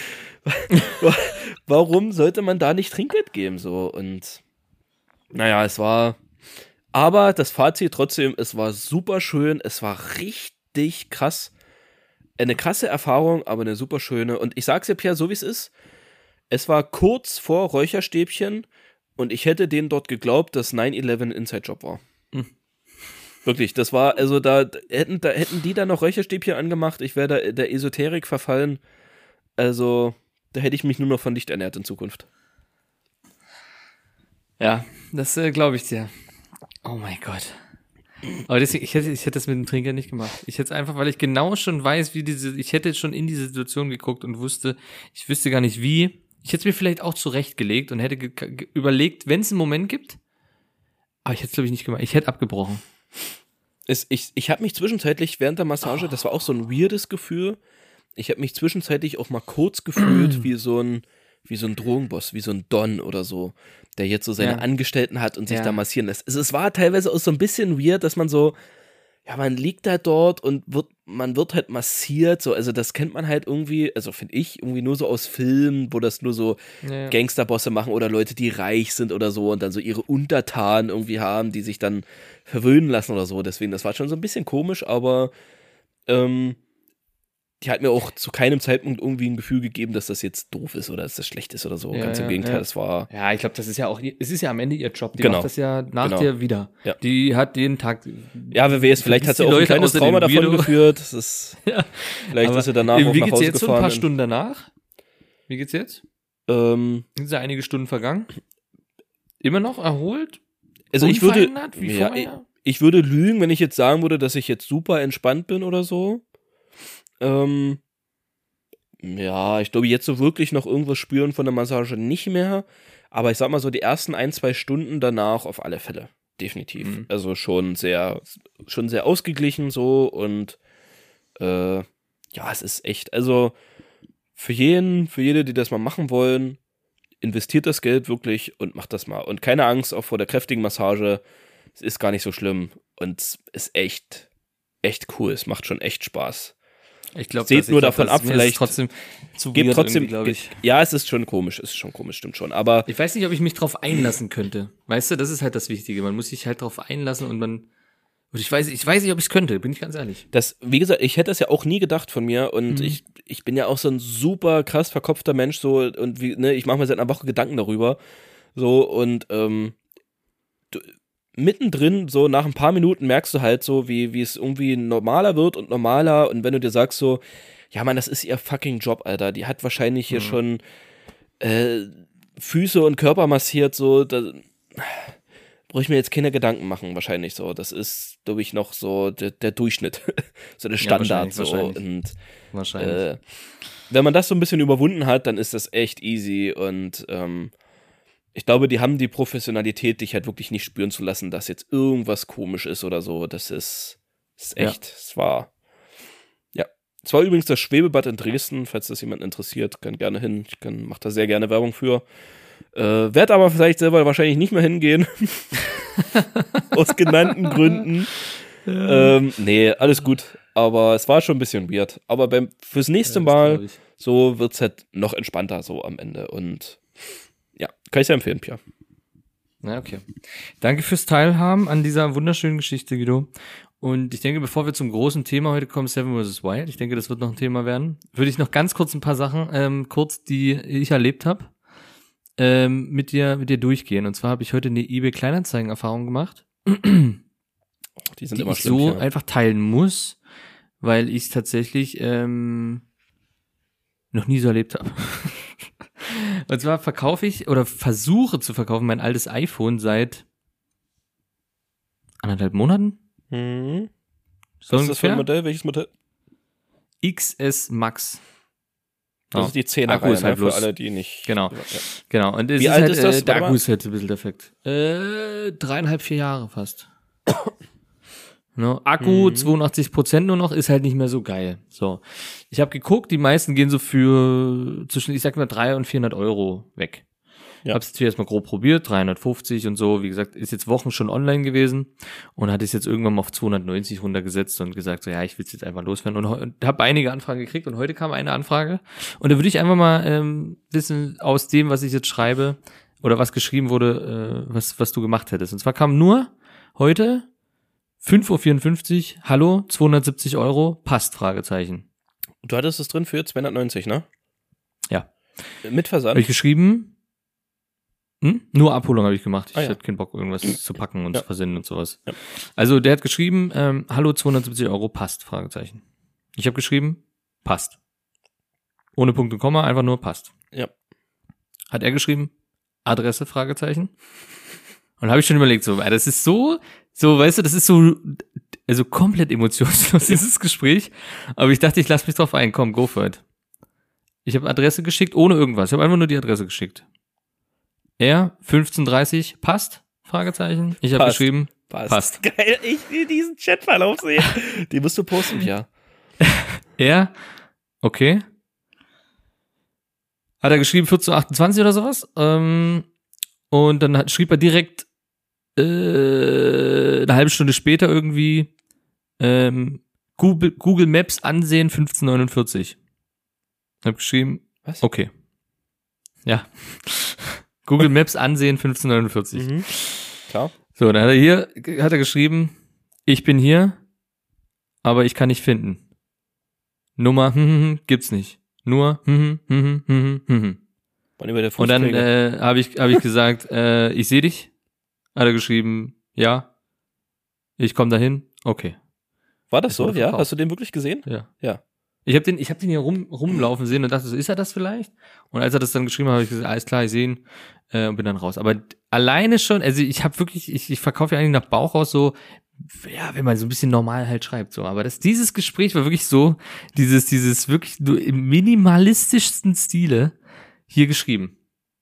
warum sollte man da nicht Trinkgeld geben, so, und naja, es war, aber das Fazit trotzdem, es war super schön, es war richtig krass. Eine krasse Erfahrung, aber eine super schöne. Und ich sag's dir, Pierre, so wie es ist, es war kurz vor Räucherstäbchen und ich hätte denen dort geglaubt, dass nine eleven ein Inside-Job war. Hm. Wirklich, das war, also da hätten, da hätten die da noch Räucherstäbchen angemacht, ich wäre da der Esoterik verfallen. Also, da hätte ich mich nur noch von Licht ernährt in Zukunft. Ja, das äh, glaube ich dir. Oh mein Gott. Aber deswegen, ich hätte, ich hätte das mit dem Trinker nicht gemacht. Ich hätte es einfach, weil ich genau schon weiß, wie diese, ich hätte schon in diese Situation geguckt und wusste, ich wüsste gar nicht wie. Ich hätte es mir vielleicht auch zurechtgelegt und hätte ge- ge- überlegt, wenn es einen Moment gibt. Aber ich hätte es, glaube ich, nicht gemacht. Ich hätte abgebrochen. Es, ich ich habe mich zwischenzeitlich während der Massage, das war auch so ein weirdes Gefühl, ich habe mich zwischenzeitlich auch mal kurz gefühlt wie so ein wie so ein Drogenboss, wie so ein Don oder so, der jetzt so seine Ja. Angestellten hat und sich Ja. da massieren lässt. Also es war teilweise auch so ein bisschen weird, dass man so, ja, man liegt da dort und wird, man wird halt massiert, so, also das kennt man halt irgendwie, also finde ich, irgendwie nur so aus Filmen, wo das nur so Ja. Gangsterbosse machen oder Leute, die reich sind oder so und dann so ihre Untertanen irgendwie haben, die sich dann verwöhnen lassen oder so. Deswegen, das war schon so ein bisschen komisch, aber ähm, die hat mir auch zu keinem Zeitpunkt irgendwie ein Gefühl gegeben, dass das jetzt doof ist oder dass das schlecht ist oder so. Ja, Ganz im ja, Gegenteil, ja. es war, Ja, ich glaube, das ist ja auch, es ist ja am Ende ihr Job. Die Genau. macht das ja nach Genau. dir wieder. Ja. Die hat jeden Tag. ja, wer weiß, vielleicht hat sie die auch ein Leute kleines außer Trauma dem davon Weirdo. geführt. Das ist, Ja. vielleicht Aber ist sie danach Wie auch nach geht's Hause jetzt so ein gefahren. paar Stunden danach? Wie geht's jetzt? ähm, Sind ja einige Stunden vergangen? Immer noch erholt? also ich würde, Unverändert wie ja, ich, vorher? ich würde lügen, wenn ich jetzt sagen würde, dass ich jetzt super entspannt bin oder so. Ähm, ja, ich glaube, jetzt so wirklich noch irgendwas spüren von der Massage nicht mehr. Aber ich sag mal so, die ersten ein, zwei Stunden danach auf alle Fälle. Definitiv. Mhm. Also schon sehr, schon sehr ausgeglichen so und äh, ja, es ist echt, also für jeden, für jede, die das mal machen wollen, investiert das Geld wirklich und macht das mal. Und keine Angst auch vor der kräftigen Massage. Es ist gar nicht so schlimm und es ist echt, echt cool. Es macht schon echt Spaß. Ich glaube, Seht nur davon ab, vielleicht trotzdem zu Gebt weird trotzdem, glaube ich. ja, es ist schon komisch, es ist schon komisch, stimmt schon. Aber Ich weiß nicht, ob ich mich drauf einlassen könnte. Weißt du, das ist halt das Wichtige. Man muss sich halt drauf einlassen und man. Und ich weiß, ich weiß nicht, ob ich es könnte, bin ich ganz ehrlich. das, wie gesagt, ich hätte das ja auch nie gedacht von mir und Mhm. ich, ich bin ja auch so ein super krass verkopfter Mensch so und wie, ne, ich mache mir seit einer Woche Gedanken darüber. So und ähm, du, mittendrin, so nach ein paar Minuten merkst du halt so, wie, wie es irgendwie normaler wird und normaler und wenn du dir sagst so, ja Mann, das ist ihr fucking Job, Alter, die hat wahrscheinlich hier Mhm. schon äh, Füße und Körper massiert, so, da brauche ich mir jetzt keine Gedanken machen, wahrscheinlich so, das ist, glaube ich, noch so der, der Durchschnitt, so der Ja, Standard wahrscheinlich, so wahrscheinlich. und Wahrscheinlich. äh, wenn man das so ein bisschen überwunden hat, dann ist das echt easy und ähm, ich glaube, die haben die Professionalität, dich halt wirklich nicht spüren zu lassen, dass jetzt irgendwas komisch ist oder so. Das ist, ist echt, es war, ja. Es war übrigens das Schwebebad in Dresden, falls das jemand interessiert, kann gerne hin. Ich kann, mach da sehr gerne Werbung für. Äh, werd aber vielleicht selber wahrscheinlich nicht mehr hingehen. Aus genannten Gründen. Ähm, nee, alles gut. Aber es war schon ein bisschen weird. Aber beim, fürs nächste Ja, das Mal, glaub ich. so wird's halt noch entspannter so am Ende. Und ja, kann ich sehr empfehlen, Pia. Na, okay. Danke fürs Teilhaben an dieser wunderschönen Geschichte, Guido. Und ich denke, bevor wir zum großen Thema heute kommen, Seven versus. Wild, ich denke, das wird noch ein Thema werden, würde ich noch ganz kurz ein paar Sachen, ähm, kurz, die ich erlebt habe. ähm, mit dir mit dir durchgehen. Und zwar habe ich heute eine eBay Kleinanzeigen-Erfahrung gemacht, Die sind die immer ich schlimm. so ja. einfach teilen muss, weil ich es tatsächlich ähm, noch nie so erlebt habe. Und zwar verkaufe ich oder versuche zu verkaufen mein altes iPhone seit anderthalb Monaten. Mhm. So Was ist das für ein ungefähr. Modell? Welches Modell? X S Max. Das Ja. ist die zehner Akku ist halt ne? Für bloß- alle, die nicht... Genau. Ja. Genau. Und es Wie ist alt halt, ist das? Äh, der Warte Akku mal. ist halt ein bisschen defekt. Äh, dreieinhalb, vier Jahre fast. No, Akku Mhm. zweiundachtzig Prozent nur noch, ist halt nicht mehr so geil. So, ich habe geguckt, die meisten gehen so für zwischen, ich sag mal, dreihundert und vierhundert Euro weg. Ja. Hab's natürlich erstmal grob probiert, dreihundertfünfzig und so. Wie gesagt, ist jetzt Wochen schon online gewesen und hatte es jetzt irgendwann mal auf zweihundertneunzig runtergesetzt und gesagt, so ja, ich will es jetzt einfach loswerden. Und, heu- und habe einige Anfragen gekriegt und heute kam eine Anfrage. Und da würde ich einfach mal ähm, wissen, aus dem, was ich jetzt schreibe oder was geschrieben wurde, äh, was, was du gemacht hättest. Und zwar kam nur heute fünf Uhr vierundfünfzig, hallo, zweihundertsiebzig Euro, passt, Fragezeichen. Du hattest es drin für zweihundertneunzig, ne? Ja. Mit Versand? Habe ich geschrieben, hm? Nur Abholung habe ich gemacht. Ich Ah, ja. hatte keinen Bock, irgendwas zu packen und Ja. zu versenden und sowas. Ja. Also der hat geschrieben, ähm, hallo, zweihundertsiebzig Euro, passt, Fragezeichen. Ich habe geschrieben, passt. Ohne Punkt und Komma, einfach nur passt. Ja. Hat er geschrieben, Adresse, Fragezeichen. Und habe ich schon überlegt, so, das ist so, so, weißt du, das ist so, also komplett emotionslos, dieses Gespräch. Aber ich dachte, ich lasse mich drauf ein, komm, go for it. Ich habe Adresse geschickt, ohne irgendwas. Ich habe einfach nur die Adresse geschickt. Er, fünfzehn Uhr dreißig, passt? Fragezeichen. Ich habe Passt. geschrieben, Passt. passt. Geil, ich will diesen Chatverlauf sehen. Die musst du posten, ja. Er, okay. Hat er geschrieben, vierzehn Uhr achtundzwanzig oder sowas. Ähm, und dann hat, schrieb er direkt äh, eine halbe Stunde später irgendwie ähm, Google, Google Maps ansehen, fünfzehn Uhr neunundvierzig. Hab geschrieben, Was? okay. Ja. Google Maps ansehen, fünfzehn Uhr neunundvierzig. Mhm. Klar. So, dann hat er hier, hat er geschrieben, ich bin hier, aber ich kann nicht finden. Nummer, hm, hm, hm, gibt's nicht. Nur, hm, hm, hm, hm, hm, hm. Wann über der Und dann Fußpflege. äh, habe ich, hab ich gesagt, äh, ich sehe dich. Hat er geschrieben, ja. Ich komme dahin. Okay. War das es so? wurde Ja? verkauft. Hast du den wirklich gesehen? Ja. Ja. Ich habe den, ich habe den hier rum, rumlaufen sehen und dachte so, ist er das vielleicht? Und als er das dann geschrieben hat, habe ich gesagt, alles klar, ich sehe ihn äh, und bin dann raus. Aber alleine schon, also ich habe wirklich, ich, ich verkaufe ja eigentlich nach Bauch raus so, ja, wenn man so ein bisschen normal halt schreibt, so. Aber das, dieses Gespräch war wirklich so, dieses, dieses wirklich nur im minimalistischsten Stile hier geschrieben.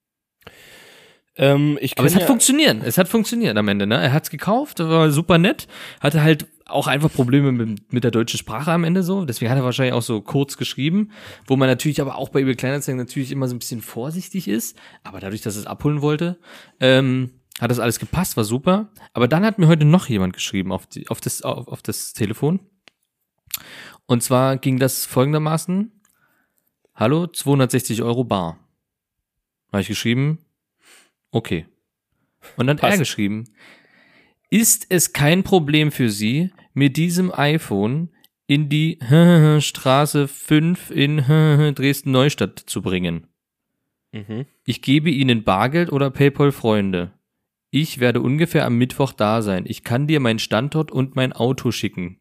Ähm, ich Aber es kenn hat ja, funktioniert. Es hat funktioniert am Ende, ne? Er hat's gekauft, war super nett, hatte halt auch einfach Probleme mit, mit der deutschen Sprache am Ende so. Deswegen hat er wahrscheinlich auch so kurz geschrieben, wo man natürlich aber auch bei eBay Kleinanzeigen natürlich immer so ein bisschen vorsichtig ist. Aber dadurch, dass es abholen wollte, ähm, hat das alles gepasst, war super. Aber dann hat mir heute noch jemand geschrieben auf, die, auf, das, auf, auf das Telefon. Und zwar ging das folgendermaßen: Hallo, zweihundertsechzig Euro bar. Habe ich geschrieben, okay. Und dann hat er Passt. geschrieben, ist es kein Problem für Sie, mit diesem iPhone in die Straße fünf in Dresden-Neustadt zu bringen? Mhm. Ich gebe Ihnen Bargeld oder PayPal-Freunde. Ich werde ungefähr am Mittwoch da sein. Ich kann dir meinen Standort und mein Auto schicken.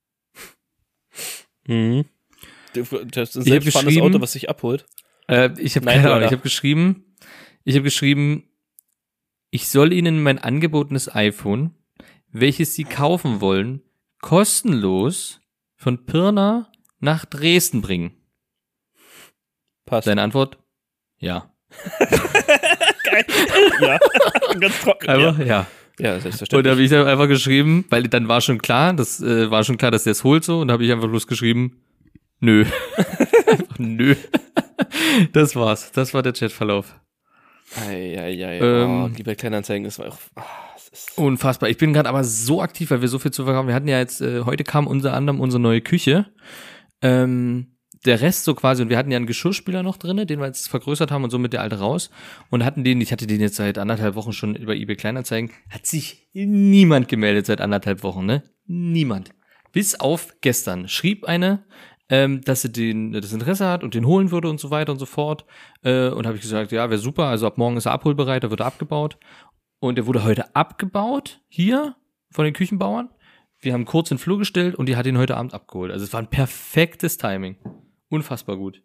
Mhm. Das ist ein Ich hab selbstfahrendes geschrieben- Auto, was sich abholt. Äh, ich habe Nein, keine Ahnung. leider. Ich habe geschrieben, ich habe geschrieben, ich soll Ihnen mein angebotenes iPhone, welches Sie kaufen wollen, kostenlos von Pirna nach Dresden bringen. Passt. Seine Antwort? Ja. Geil. Ja. Ganz trocken. Einfach, ja. ja. ja, Und da selbstverständlich. habe ich dann einfach geschrieben, weil dann war schon klar, das äh, war schon klar, dass der es holt so, und da habe ich einfach bloß geschrieben, nö. Einfach nö. Das war's. Das war der Chatverlauf. Eieiei. Ähm, oh, die bei Kleinanzeigen ist auch. Ah, es ist Unfassbar. Ich bin gerade aber so aktiv, weil wir so viel zu verkaufen. Wir hatten ja jetzt, äh, heute kam unter anderem unsere neue Küche. Ähm, der Rest so quasi, und wir hatten ja einen Geschirrspüler noch drinne, den wir jetzt vergrößert haben und so mit der alte raus. Und hatten den, ich hatte den jetzt seit anderthalb Wochen schon über eBay Kleinanzeigen. Hat sich niemand gemeldet seit anderthalb Wochen, ne? Niemand. Bis auf gestern. Schrieb eine ähm, dass sie den, das Interesse hat und den holen würde und so weiter und so fort. Äh, und habe ich gesagt, ja, wäre super, also ab morgen ist er abholbereit, da wird er abgebaut. Und er wurde heute abgebaut, hier, von den Küchenbauern. Wir haben kurz in den Flur gestellt und die hat ihn heute Abend abgeholt. Also es war ein perfektes Timing. Unfassbar gut.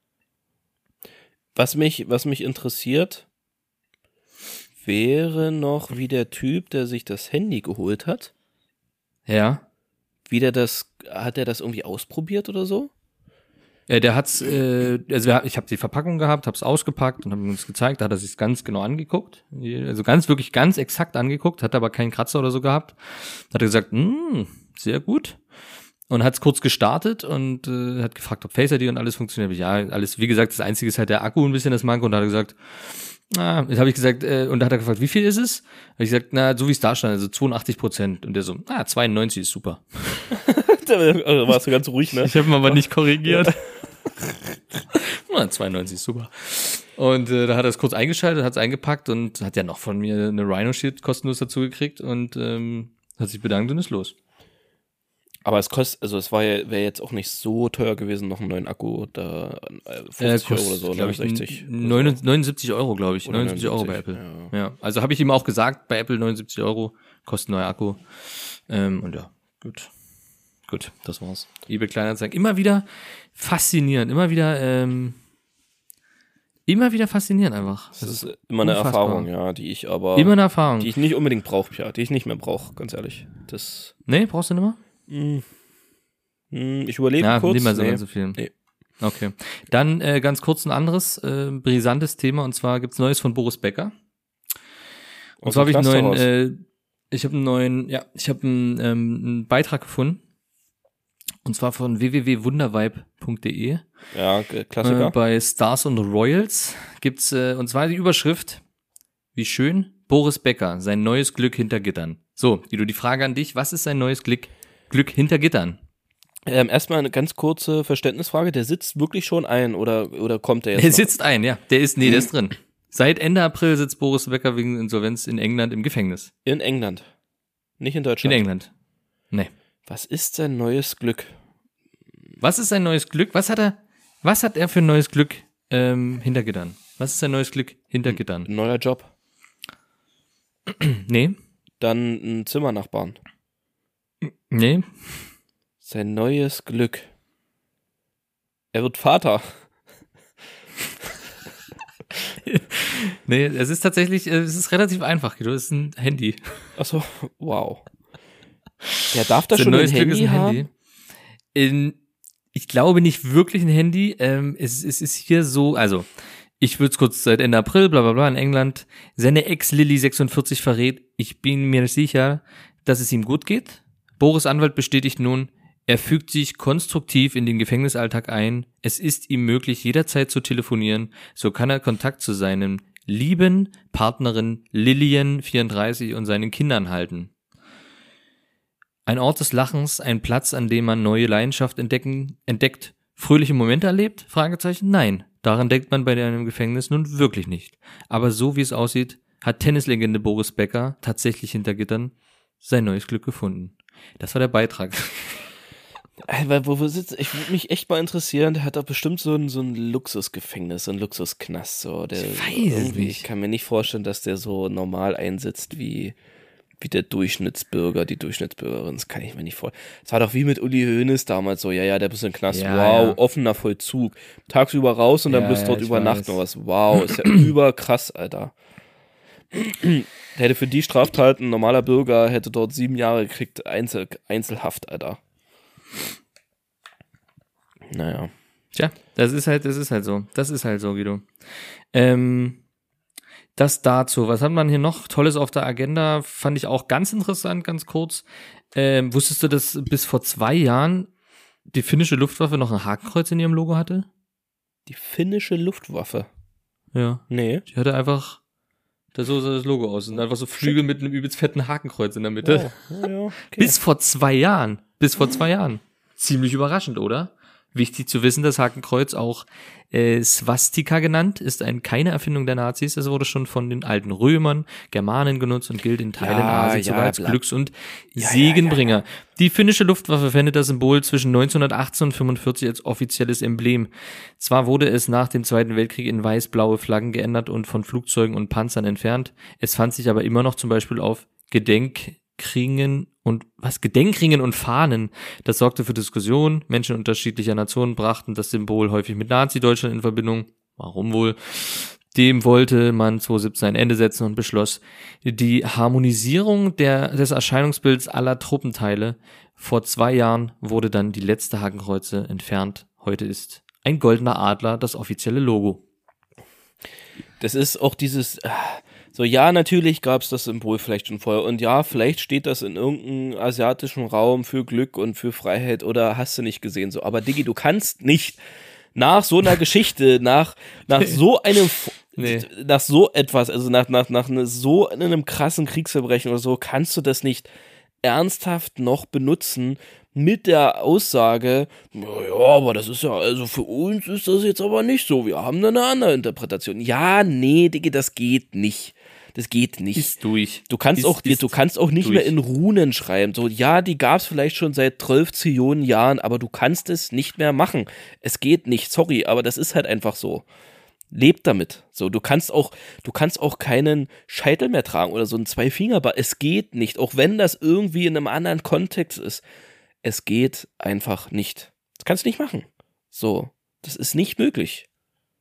Was mich, was mich interessiert, wäre noch, wie der Typ, der sich das Handy geholt hat, Ja. wie der das, hat er das irgendwie ausprobiert oder so? Ja, der hat's, äh, also wir- ich habe die Verpackung gehabt, hab's ausgepackt und habe ihm das gezeigt, da hat er sich's ganz genau angeguckt, also ganz, wirklich ganz exakt angeguckt, hat aber keinen Kratzer oder so gehabt, hat er gesagt, hm, sehr gut und hat's kurz gestartet und äh, hat gefragt, ob Face I D und alles funktioniert. Ja, alles, wie gesagt, das Einzige ist halt der Akku ein bisschen das Manko und da hat er gesagt, ah, jetzt habe ich gesagt, äh, und da hat er gefragt, wie viel ist es? Habe ich gesagt, na, so wie es da stand, also zweiundachtzig Prozent und der so, ah, zweiundneunzig ist super. Da warst du ganz ruhig, ne? Ich habe ihn aber nicht korrigiert. Na, zweiundneunzig ist super. Und äh, da hat er es kurz eingeschaltet, hat es eingepackt und hat ja noch von mir eine Rhino-Shit kostenlos dazu gekriegt und ähm, hat sich bedankt und ist los. Aber es kostet, also es war ja, wäre jetzt auch nicht so teuer gewesen, noch einen neuen Akku, da äh, fünfzig Euro oder so, glaube ne? ich, sechzig. neun- neunundsiebzig Euro, glaube ich. Oder neunundsiebzig Euro bei Apple. neunundsiebzig, Ja. Also habe ich ihm auch gesagt, bei Apple neunundsiebzig Euro kostet ein neuer Akku. Ähm, und ja, gut. Gut, das war's. eBay Kleinanzeigen. Immer wieder faszinierend, immer wieder, ähm, immer wieder faszinierend einfach. Das ist immer eine unfassbar. Erfahrung, ja, die ich aber, Immer eine Erfahrung. die ich nicht unbedingt brauche, ja, die ich nicht mehr brauche, ganz ehrlich. Das, Nee, brauchst du nicht mehr? mh, mh, ich überlege Ja, kurz. nicht mal so nee. ganz so viel. Nee. Okay. Dann äh, ganz kurz ein anderes äh, brisantes Thema und zwar gibt's Neues von Boris Becker. Und Aus zwar habe dem ich einen neuen, Clusterhaus. äh, ich habe einen neuen, ja, ich habe einen, ähm, einen Beitrag gefunden. Und zwar von w w w punkt wundervibe punkt d e. Ja, G- Klassiker. Äh, bei Stars und Royals gibt's, äh, und zwar die Überschrift, wie schön, Boris Becker, sein neues Glück hinter Gittern. So, Guido, die Frage an dich, was ist sein neues Glück, Glück hinter Gittern? Ähm, erstmal eine ganz kurze Verständnisfrage. Der sitzt wirklich schon ein oder, oder kommt der jetzt Der noch? sitzt ein, ja. Der ist, nee, der ist drin. Seit Ende April sitzt Boris Becker wegen Insolvenz in England im Gefängnis. In England. Nicht in In Deutschland. England. Nee. Was ist sein neues Glück? Was ist sein neues Glück? Was hat er, was hat er für ein neues Glück ähm, hinter Gittern? Was ist sein neues Glück hinter Gittern? Ein neuer Job. Nee. Dann ein Zimmernachbarn. Nee. Sein neues Glück. Er wird Vater. Nee, es ist tatsächlich, äh, es ist relativ einfach, Guido. Es ist ein Handy. Achso, wow. Der darf da Sein schon ein neues Glück Handy ist ein haben? Handy. In, ich glaube nicht wirklich ein Handy. Ähm, es, es ist hier so, also ich würde es kurz seit Ende April, bla bla bla, in England. Seine Ex Lilly sechsundvierzig verrät, ich bin mir sicher, dass es ihm gut geht. Boris Anwalt bestätigt nun, er fügt sich konstruktiv in den Gefängnisalltag ein. Es ist ihm möglich, jederzeit zu telefonieren. So kann er Kontakt zu seinem lieben Partnerin Lillian, vierunddreißig, und seinen Kindern halten. Ein Ort des Lachens, ein Platz, an dem man neue Leidenschaft entdecken, entdeckt, fröhliche Momente erlebt? Fragezeichen. Nein, daran denkt man bei einem Gefängnis nun wirklich nicht. Aber so wie es aussieht, hat Tennislegende Boris Becker tatsächlich hinter Gittern sein neues Glück gefunden. Das war der Beitrag. Weil, wo, wo sitzt, ich würde mich echt mal interessieren, der hat doch bestimmt so ein, so ein Luxusgefängnis, so ein Luxusknast. So. Der, Ich weiß es irgendwie- nicht. Ich kann mir nicht vorstellen, dass der so normal einsitzt wie, wie der Durchschnittsbürger, die Durchschnittsbürgerin. Das kann ich mir nicht vorstellen. Es war doch wie mit Uli Hoeneß damals so, ja, ja, der bist im Knast, Ja, wow, ja. offener Vollzug. Tagsüber raus und dann Ja, bist du ja, dort ich übernachten weiß. oder was. Wow, ist ja überkrass, Alter. Der hätte für die Straftaten, ein normaler Bürger hätte dort sieben Jahre gekriegt, Einzel, Einzelhaft, Alter. Naja. Tja, das ist halt, das ist halt so. Das ist halt so, Guido. Ähm, das dazu. Was hat man hier noch Tolles auf der Agenda? Fand ich auch ganz interessant, ganz kurz. Ähm, wusstest du, dass bis vor zwei Jahren die finnische Luftwaffe noch ein Hakenkreuz in ihrem Logo hatte? Die finnische Luftwaffe. Ja. Nee. Die hatte einfach, da so sah das Logo aus. Und einfach so Flügel mit einem übelst fetten Hakenkreuz in der Mitte. Oh, ja, ja, okay. Bis vor zwei Jahren. Bis vor zwei Jahren. Ziemlich überraschend, oder? Wichtig zu wissen, das Hakenkreuz, auch äh, Swastika genannt, ist ein, keine Erfindung der Nazis. Es wurde schon von den alten Römern, Germanen genutzt und gilt in Teilen Ja, Asiens ja, sogar als bla- Glücks- und Ja, Segenbringer. ja, ja, Die finnische Luftwaffe verwendet das Symbol zwischen neunzehnhundertachtzehn und fünfundvierzig als offizielles Emblem. Zwar wurde es nach dem Zweiten Weltkrieg in weiß-blaue Flaggen geändert und von Flugzeugen und Panzern entfernt. Es fand sich aber immer noch zum Beispiel auf Gedenkringen und was Gedenkringen und Fahnen. Das sorgte für Diskussionen. Menschen unterschiedlicher Nationen brachten das Symbol häufig mit Nazi-Deutschland in Verbindung. Warum wohl? Dem wollte man zweitausendsiebzehn ein Ende setzen und beschloss die Harmonisierung der, des Erscheinungsbilds aller Truppenteile. Vor zwei Jahren wurde dann die letzte Hakenkreuze entfernt. Heute ist ein goldener Adler das offizielle Logo. Das ist auch dieses, ah, so ja, natürlich gab es das Symbol vielleicht schon vorher und ja, vielleicht steht das in irgendeinem asiatischen Raum für Glück und für Freiheit oder hast du nicht gesehen so, aber Diggi, du kannst nicht nach so einer Geschichte, nach, nach so einem, Nee. nach so etwas, also nach, nach, nach ne, so einem krassen Kriegsverbrechen oder so, kannst du das nicht ernsthaft noch benutzen mit der Aussage, ja, aber das ist ja, also für uns ist das jetzt aber nicht so, wir haben da eine andere Interpretation. Ja, nee, Digga, das geht nicht. Das geht nicht. Ist durch. Du kannst Ist- auch, ist du kannst auch nicht durch. mehr in Runen schreiben. So, ja, die gab es vielleicht schon seit zwölf Zillionen Jahren, aber du kannst es nicht mehr machen. Es geht nicht, sorry, aber das ist halt einfach so. Lebt damit. So, du kannst auch, du kannst auch keinen Scheitel mehr tragen oder so ein Zwei-Finger-Bar. Es geht nicht, auch wenn das irgendwie in einem anderen Kontext ist. Es geht einfach nicht. Das kannst du nicht machen. So, das ist nicht möglich.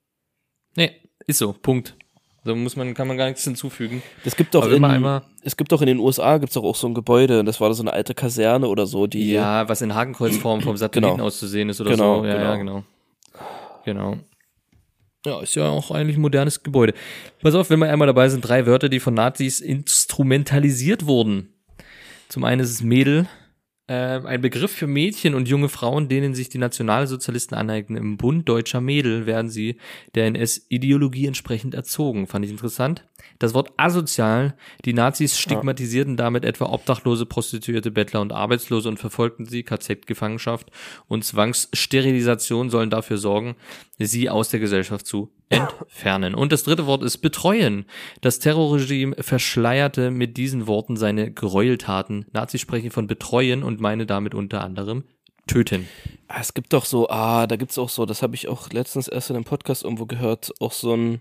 Nee, ist so, Punkt. Da muss man, kann man gar nichts hinzufügen. Das gibt doch Aber wenn in, man einmal- es gibt doch in den U S A gibt's doch auch so ein Gebäude, das war so eine alte Kaserne oder so, die Ja, was in Hakenkreuzform vom Satelliten Genau. aus zu sehen ist oder Genau, so. Ja, ja, genau. Genau. Ja, ist ja auch eigentlich ein modernes Gebäude. Pass auf, wenn wir einmal dabei sind, drei Wörter, die von Nazis instrumentalisiert wurden. Zum einen ist es Mädel, äh, ein Begriff für Mädchen und junge Frauen, denen sich die Nationalsozialisten aneignen. Im Bund deutscher Mädel werden sie der N S-Ideologie entsprechend erzogen. Fand ich interessant. Das Wort asozial, die Nazis stigmatisierten damit etwa Obdachlose, Prostituierte, Bettler und Arbeitslose und verfolgten sie. K Z-Gefangenschaft und Zwangssterilisation sollen dafür sorgen, sie aus der Gesellschaft zu entfernen. Und das dritte Wort ist betreuen. Das Terrorregime verschleierte mit diesen Worten seine Gräueltaten. Nazis sprechen von betreuen und meine damit unter anderem töten. Ah, es gibt doch so, ah, da gibt's auch so, das habe ich auch letztens erst in einem Podcast irgendwo gehört, auch so ein,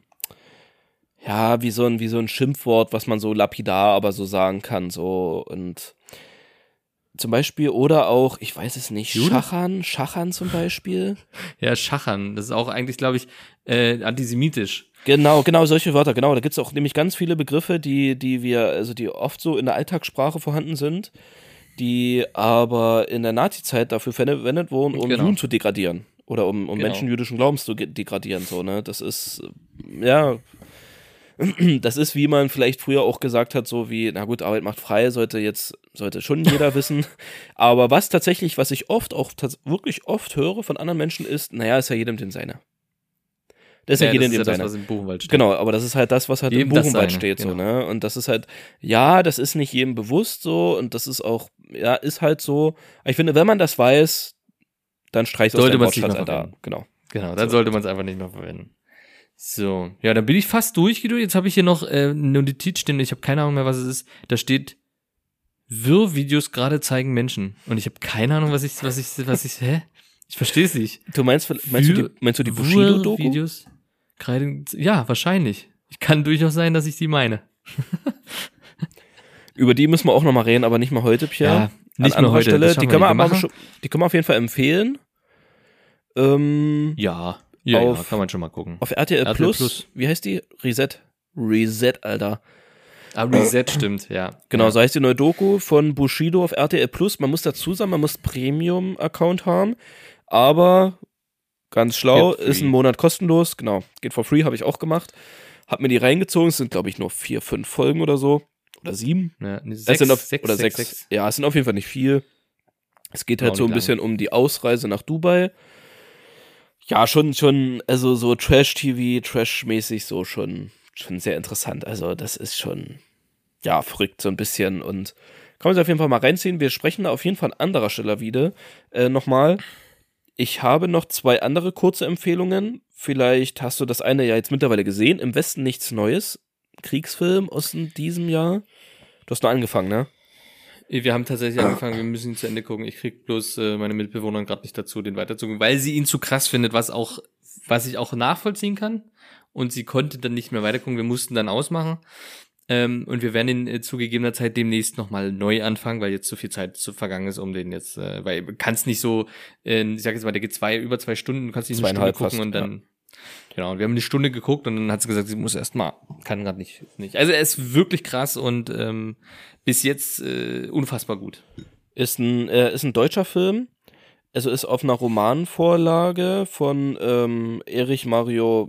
ja, wie so ein, wie so ein Schimpfwort, was man so lapidar aber so sagen kann, so und zum Beispiel, oder auch, ich weiß es nicht, Jude? Schachern, Schachern zum Beispiel. Ja, Schachern, das ist auch eigentlich, glaube ich, äh, antisemitisch. Genau, genau, solche Wörter, genau. Da gibt's auch nämlich ganz viele Begriffe, die, die wir, also die oft so in der Alltagssprache vorhanden sind, die aber in der Nazi-Zeit dafür verwendet wurden, um Genau. Juden zu degradieren. Oder um, um Genau. Menschen jüdischen Glaubens zu ge- degradieren, so, ne. Das ist, äh, ja, das ist, wie man vielleicht früher auch gesagt hat, so wie, na gut, Arbeit macht frei, sollte jetzt, sollte schon jeder wissen. Aber was tatsächlich, was ich oft, auch tats- wirklich oft höre von anderen Menschen ist, naja, ist ja jedem den seine. Das ist ja, Ja, jedem das ist dem ja das, seine. was im Buchenwald steht. Genau, aber das ist halt das, was halt Jedem im das Buchenwald seine, steht, so, genau. ne? Und das ist halt, ja, das ist nicht jedem bewusst so und das ist auch, ja, ist halt so. Aber ich finde, wenn man das weiß, dann streicht aus Sollte deinem man es nicht Wortschatz mehr da. verwenden. Genau. Genau, dann So. sollte man es einfach nicht mehr verwenden. So, ja, dann bin ich fast durch, Guido. Jetzt habe ich hier noch äh, eine Notiz stehen, ich habe keine Ahnung mehr, was es ist. Da steht, Wirr-Videos gerade zeigen Menschen. Und ich habe keine Ahnung, was ich, was ich, was ich, hä? Ich verstehe es nicht. Du meinst, meinst, du die, meinst du die Bushido-Doku? Videos gerade, ja, wahrscheinlich. Kann durchaus sein, dass ich die meine. Über die müssen wir auch nochmal reden, aber nicht mal heute, Pierre. Ja, nicht An mehr anderer heute. Stelle. Das schaffen Die können wir, wir nicht. aber Wir schon, die können wir auf jeden Fall empfehlen. Ähm, Ja, ja, Auf- ja, kann man schon mal gucken. auf R T L, R T L Plus, Plus. wie heißt die? Reset. Reset, Alter. Ah, Reset stimmt, ja. Genau, ja. so heißt die neue Doku von Bushido auf R T L Plus. Man muss dazu sagen, man muss Premium-Account haben, aber ganz schlau, Geht free. ist ein Monat kostenlos. Genau, geht for free, habe ich auch gemacht. Hab mir die reingezogen, es sind glaube ich nur vier, fünf Folgen oder so. Oder sieben. Ja, nee, es sechs, sind auf, sechs, oder sechs, sechs. sechs. Ja, es sind auf jeden Fall nicht viel. Es geht halt Auch so ein nicht bisschen um die Ausreise nach Dubai. Ja, schon, schon, also so Trash-T V, Trash-mäßig so schon, schon sehr interessant. Also das ist schon, ja, verrückt so ein bisschen und kann man sich auf jeden Fall mal reinziehen. Wir sprechen da auf jeden Fall an anderer Stelle wieder äh, nochmal ich habe noch zwei andere kurze Empfehlungen. Vielleicht hast du das eine ja jetzt mittlerweile gesehen. Im Westen nichts Neues. Kriegsfilm aus diesem Jahr. Du hast noch angefangen, ne? Wir haben tatsächlich angefangen, wir müssen ihn zu Ende gucken. Ich krieg bloß äh, meine Mitbewohnerin gerade nicht dazu, den weiterzugucken, weil sie ihn zu krass findet, was auch, was ich auch nachvollziehen kann. Und sie konnte dann nicht mehr weitergucken. Wir mussten dann ausmachen. Ähm, und wir werden ihn äh, zu gegebener Zeit demnächst nochmal neu anfangen, weil jetzt so viel Zeit zu vergangen ist, um den jetzt, äh, weil du kannst nicht so, äh, ich sag jetzt mal, der geht zwei, über zwei Stunden, du kannst nicht eine Stunde gucken fast, und dann, ja. Genau, und wir haben eine Stunde geguckt und dann hat sie gesagt, sie muss erst mal, kann gerade nicht, nicht. Also er ist wirklich krass und ähm, bis jetzt äh, unfassbar gut. Ist ein, äh, ist ein deutscher Film. Also ist auf einer Romanvorlage von ähm, Erich Mario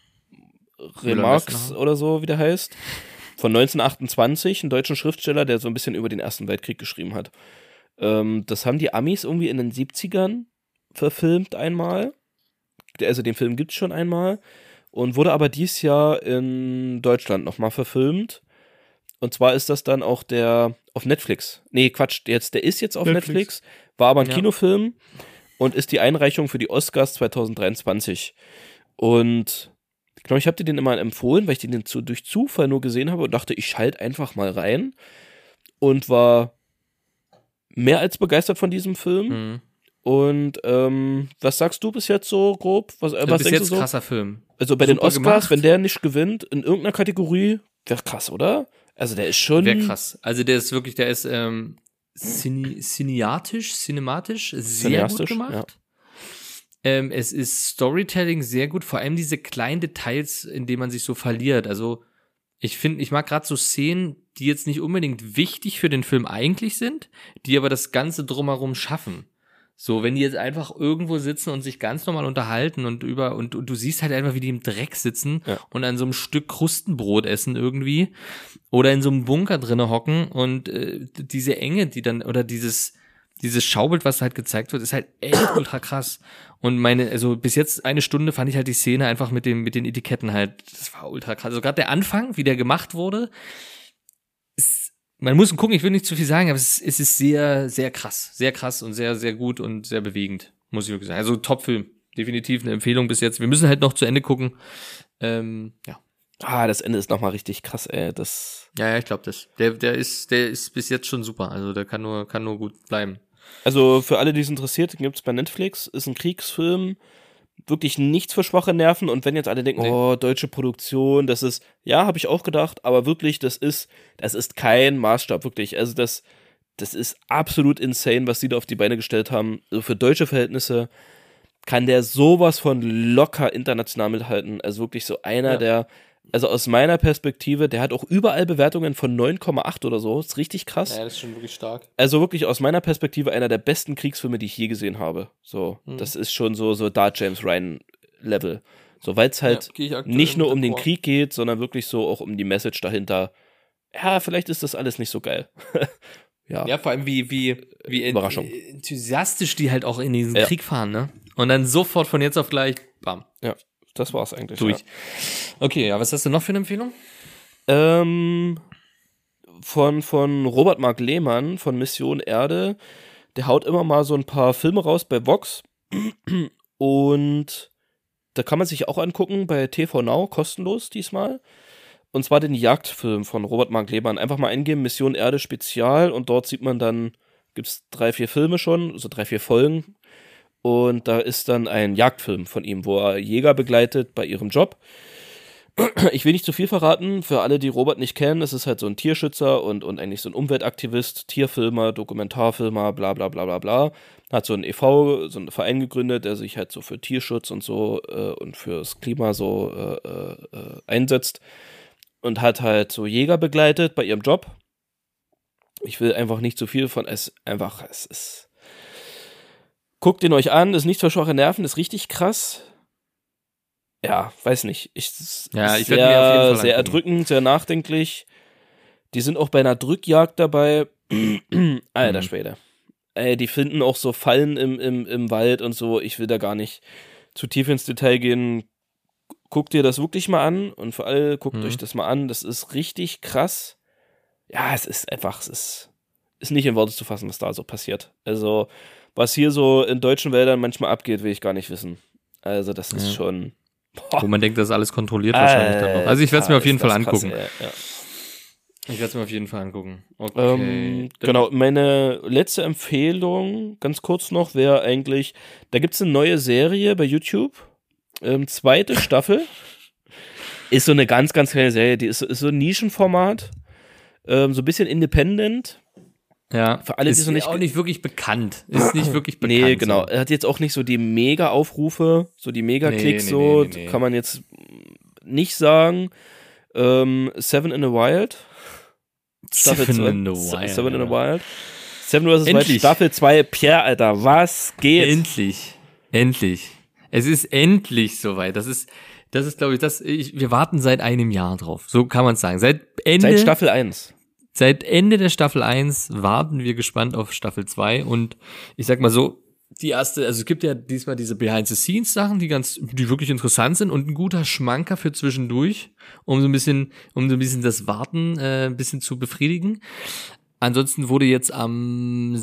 Remarque oder so, wie der heißt. Von neunzehnhundertachtundzwanzig, ein deutscher Schriftsteller, der so ein bisschen über den Ersten Weltkrieg geschrieben hat. Ähm, das haben die Amis irgendwie in den siebzigern verfilmt einmal. Also den Film gibt's schon einmal und wurde aber dieses Jahr in Deutschland nochmal verfilmt. Und zwar ist das dann auch der auf Netflix. Nee, Quatsch, jetzt, der ist jetzt auf Netflix, Netflix war aber ein ja. Kinofilm und ist die Einreichung für die Oscars zwanzig dreiundzwanzig. Und genau, ich habe dir den immer empfohlen, weil ich den zu, durch Zufall nur gesehen habe und dachte, ich schalte einfach mal rein und war mehr als begeistert von diesem Film. Mhm. Und ähm, was sagst du bis jetzt so grob? Was, äh, was bis denkst jetzt du so? Krasser Film. Also bei Super den Oscars, gemacht. Wenn der nicht gewinnt, in irgendeiner Kategorie, wäre krass, oder? Also der ist schon... Wäre krass. Also der ist wirklich, der ist ähm, cine, cineatisch, cinematisch, sehr Cineastisch, gut gemacht. Ja. Ähm, es ist Storytelling sehr gut, vor allem diese kleinen Details, in denen man sich so verliert. Also ich finde, ich mag gerade so Szenen, die jetzt nicht unbedingt wichtig für den Film eigentlich sind, die aber das Ganze drumherum schaffen. So, wenn die jetzt einfach irgendwo sitzen und sich ganz normal unterhalten und über und, und du siehst halt einfach, wie die im Dreck sitzen ja. und an so einem Stück Krustenbrot essen irgendwie oder in so einem Bunker drinne hocken und äh, diese Enge, die dann oder dieses dieses Schaubild, was halt gezeigt wird, ist halt echt ultra krass. Und meine, also bis jetzt eine Stunde fand ich halt die Szene einfach mit dem mit den Etiketten halt, das war ultra krass. Also gerade der Anfang, wie der gemacht wurde, ist man muss gucken, ich will nicht zu viel sagen, aber es ist, es ist sehr, sehr krass. Sehr krass und sehr, sehr gut und sehr bewegend, muss ich wirklich sagen. Also Top-Film. Definitiv eine Empfehlung bis jetzt. Wir müssen halt noch zu Ende gucken. Ähm, ja. Ah, das Ende ist nochmal richtig krass, ey. Das ja, ja, ich glaube das. Der, der ist, der ist bis jetzt schon super. Also der kann nur, kann nur gut bleiben. Also für alle, die es interessiert, gibt's bei Netflix. Ist ein Kriegsfilm. Wirklich nichts für schwache Nerven. Und wenn jetzt alle denken, nee. oh, deutsche Produktion, das ist, ja, habe ich auch gedacht, aber wirklich, das ist, das ist kein Maßstab, wirklich. Also das, das ist absolut insane, was die da auf die Beine gestellt haben. Also für deutsche Verhältnisse kann der sowas von locker international mithalten. Also wirklich so einer, ja. der, also aus meiner Perspektive, der hat auch überall Bewertungen von neun Komma acht oder so. Das ist richtig krass. Ja, das ist schon wirklich stark. Also wirklich aus meiner Perspektive einer der besten Kriegsfilme, die ich je gesehen habe. So, hm. das ist schon so, so da James Ryan Level. So, weil es halt ja, nicht nur um den Krieg geht, sondern wirklich so auch um die Message dahinter. Ja, vielleicht ist das alles nicht so geil. ja. ja, vor allem wie, wie, wie Überraschung. enthusiastisch die halt auch in diesen ja. Krieg fahren, ne? Und dann sofort von jetzt auf gleich, bam. Ja. Das war's eigentlich. Durch. Ja. Okay, ja, was hast du noch für eine Empfehlung? Ähm, von, von Robert Mark Lehmann von Mission Erde. Der haut immer mal so ein paar Filme raus bei Vox. Und da kann man sich auch angucken bei T V Now, kostenlos diesmal. Und zwar den Jagdfilm von Robert Mark Lehmann. Einfach mal eingeben, Mission Erde Spezial. Und dort sieht man dann, gibt's drei, vier Filme schon, so drei, vier Folgen. Und da ist dann ein Jagdfilm von ihm, wo er Jäger begleitet bei ihrem Job. Ich will nicht zu viel verraten, für alle, die Robert nicht kennen, es ist halt so ein Tierschützer und, und eigentlich so ein Umweltaktivist, Tierfilmer, Dokumentarfilmer, bla bla bla bla bla. Hat so einen e V, so einen Verein gegründet, der sich halt so für Tierschutz und so äh, und fürs Klima so äh, äh, einsetzt. Und hat halt so Jäger begleitet bei ihrem Job. Ich will einfach nicht zu viel von, es einfach, es ist... Guckt ihn euch an, ist nichts für schwache Nerven, ist richtig krass. Ja, weiß nicht. Ich, ja, ich sehr, werde mir auf jeden Fall sehr erdrückend, sehr nachdenklich. Die sind auch bei einer Drückjagd dabei. Alter mhm. Schwede. Ey, die finden auch so Fallen im, im, im Wald und so. Ich will da gar nicht zu tief ins Detail gehen. Guckt ihr das wirklich mal an und vor allem guckt mhm. euch das mal an. Das ist richtig krass. Ja, es ist einfach, es ist, ist nicht in Worte zu fassen, was da so passiert. Also was hier so in deutschen Wäldern manchmal abgeht, will ich gar nicht wissen. Also das ist Ja. schon... Wo man denkt, das ist alles kontrolliert wahrscheinlich dann noch. Also ich werde es mir auf jeden Fall angucken. Krass, ja, ja. Ich werde es mir auf jeden Fall angucken. Okay. Ähm, genau, meine letzte Empfehlung, ganz kurz noch, wäre eigentlich, da gibt es eine neue Serie bei YouTube, ähm, zweite Staffel, ist so eine ganz, ganz kleine Serie, die ist, ist so ein Nischenformat, ähm, so ein bisschen independent. Ja, für alle, die ist so nicht auch nicht wirklich bekannt. Ist nicht wirklich bekannt. Nee, genau. So. Er hat jetzt auch nicht so die Mega-Aufrufe, so die Mega-Klicks, Nee, nee, so nee, nee, nee. kann man jetzt nicht sagen. Ähm, Seven in the Wild. Staffel Seven zwei. in the Wild. Seven in the Wild. Seven versus. Wild, Endlich. Staffel zwei. Pierre, Alter, was geht? Endlich. Endlich. Es ist endlich soweit. Das ist, das ist, glaube ich, das, ich, wir warten seit einem Jahr drauf. So kann man es sagen. Seit Ende. Seit Staffel eins. Seit Ende der Staffel eins warten wir gespannt auf Staffel zwei und ich sag mal so, die erste, also es gibt ja diesmal diese Behind-the-Scenes-Sachen, die ganz, die wirklich interessant sind und ein guter Schmanker für zwischendurch, um so ein bisschen, um so ein bisschen das Warten äh, ein bisschen zu befriedigen. Ansonsten wurde jetzt am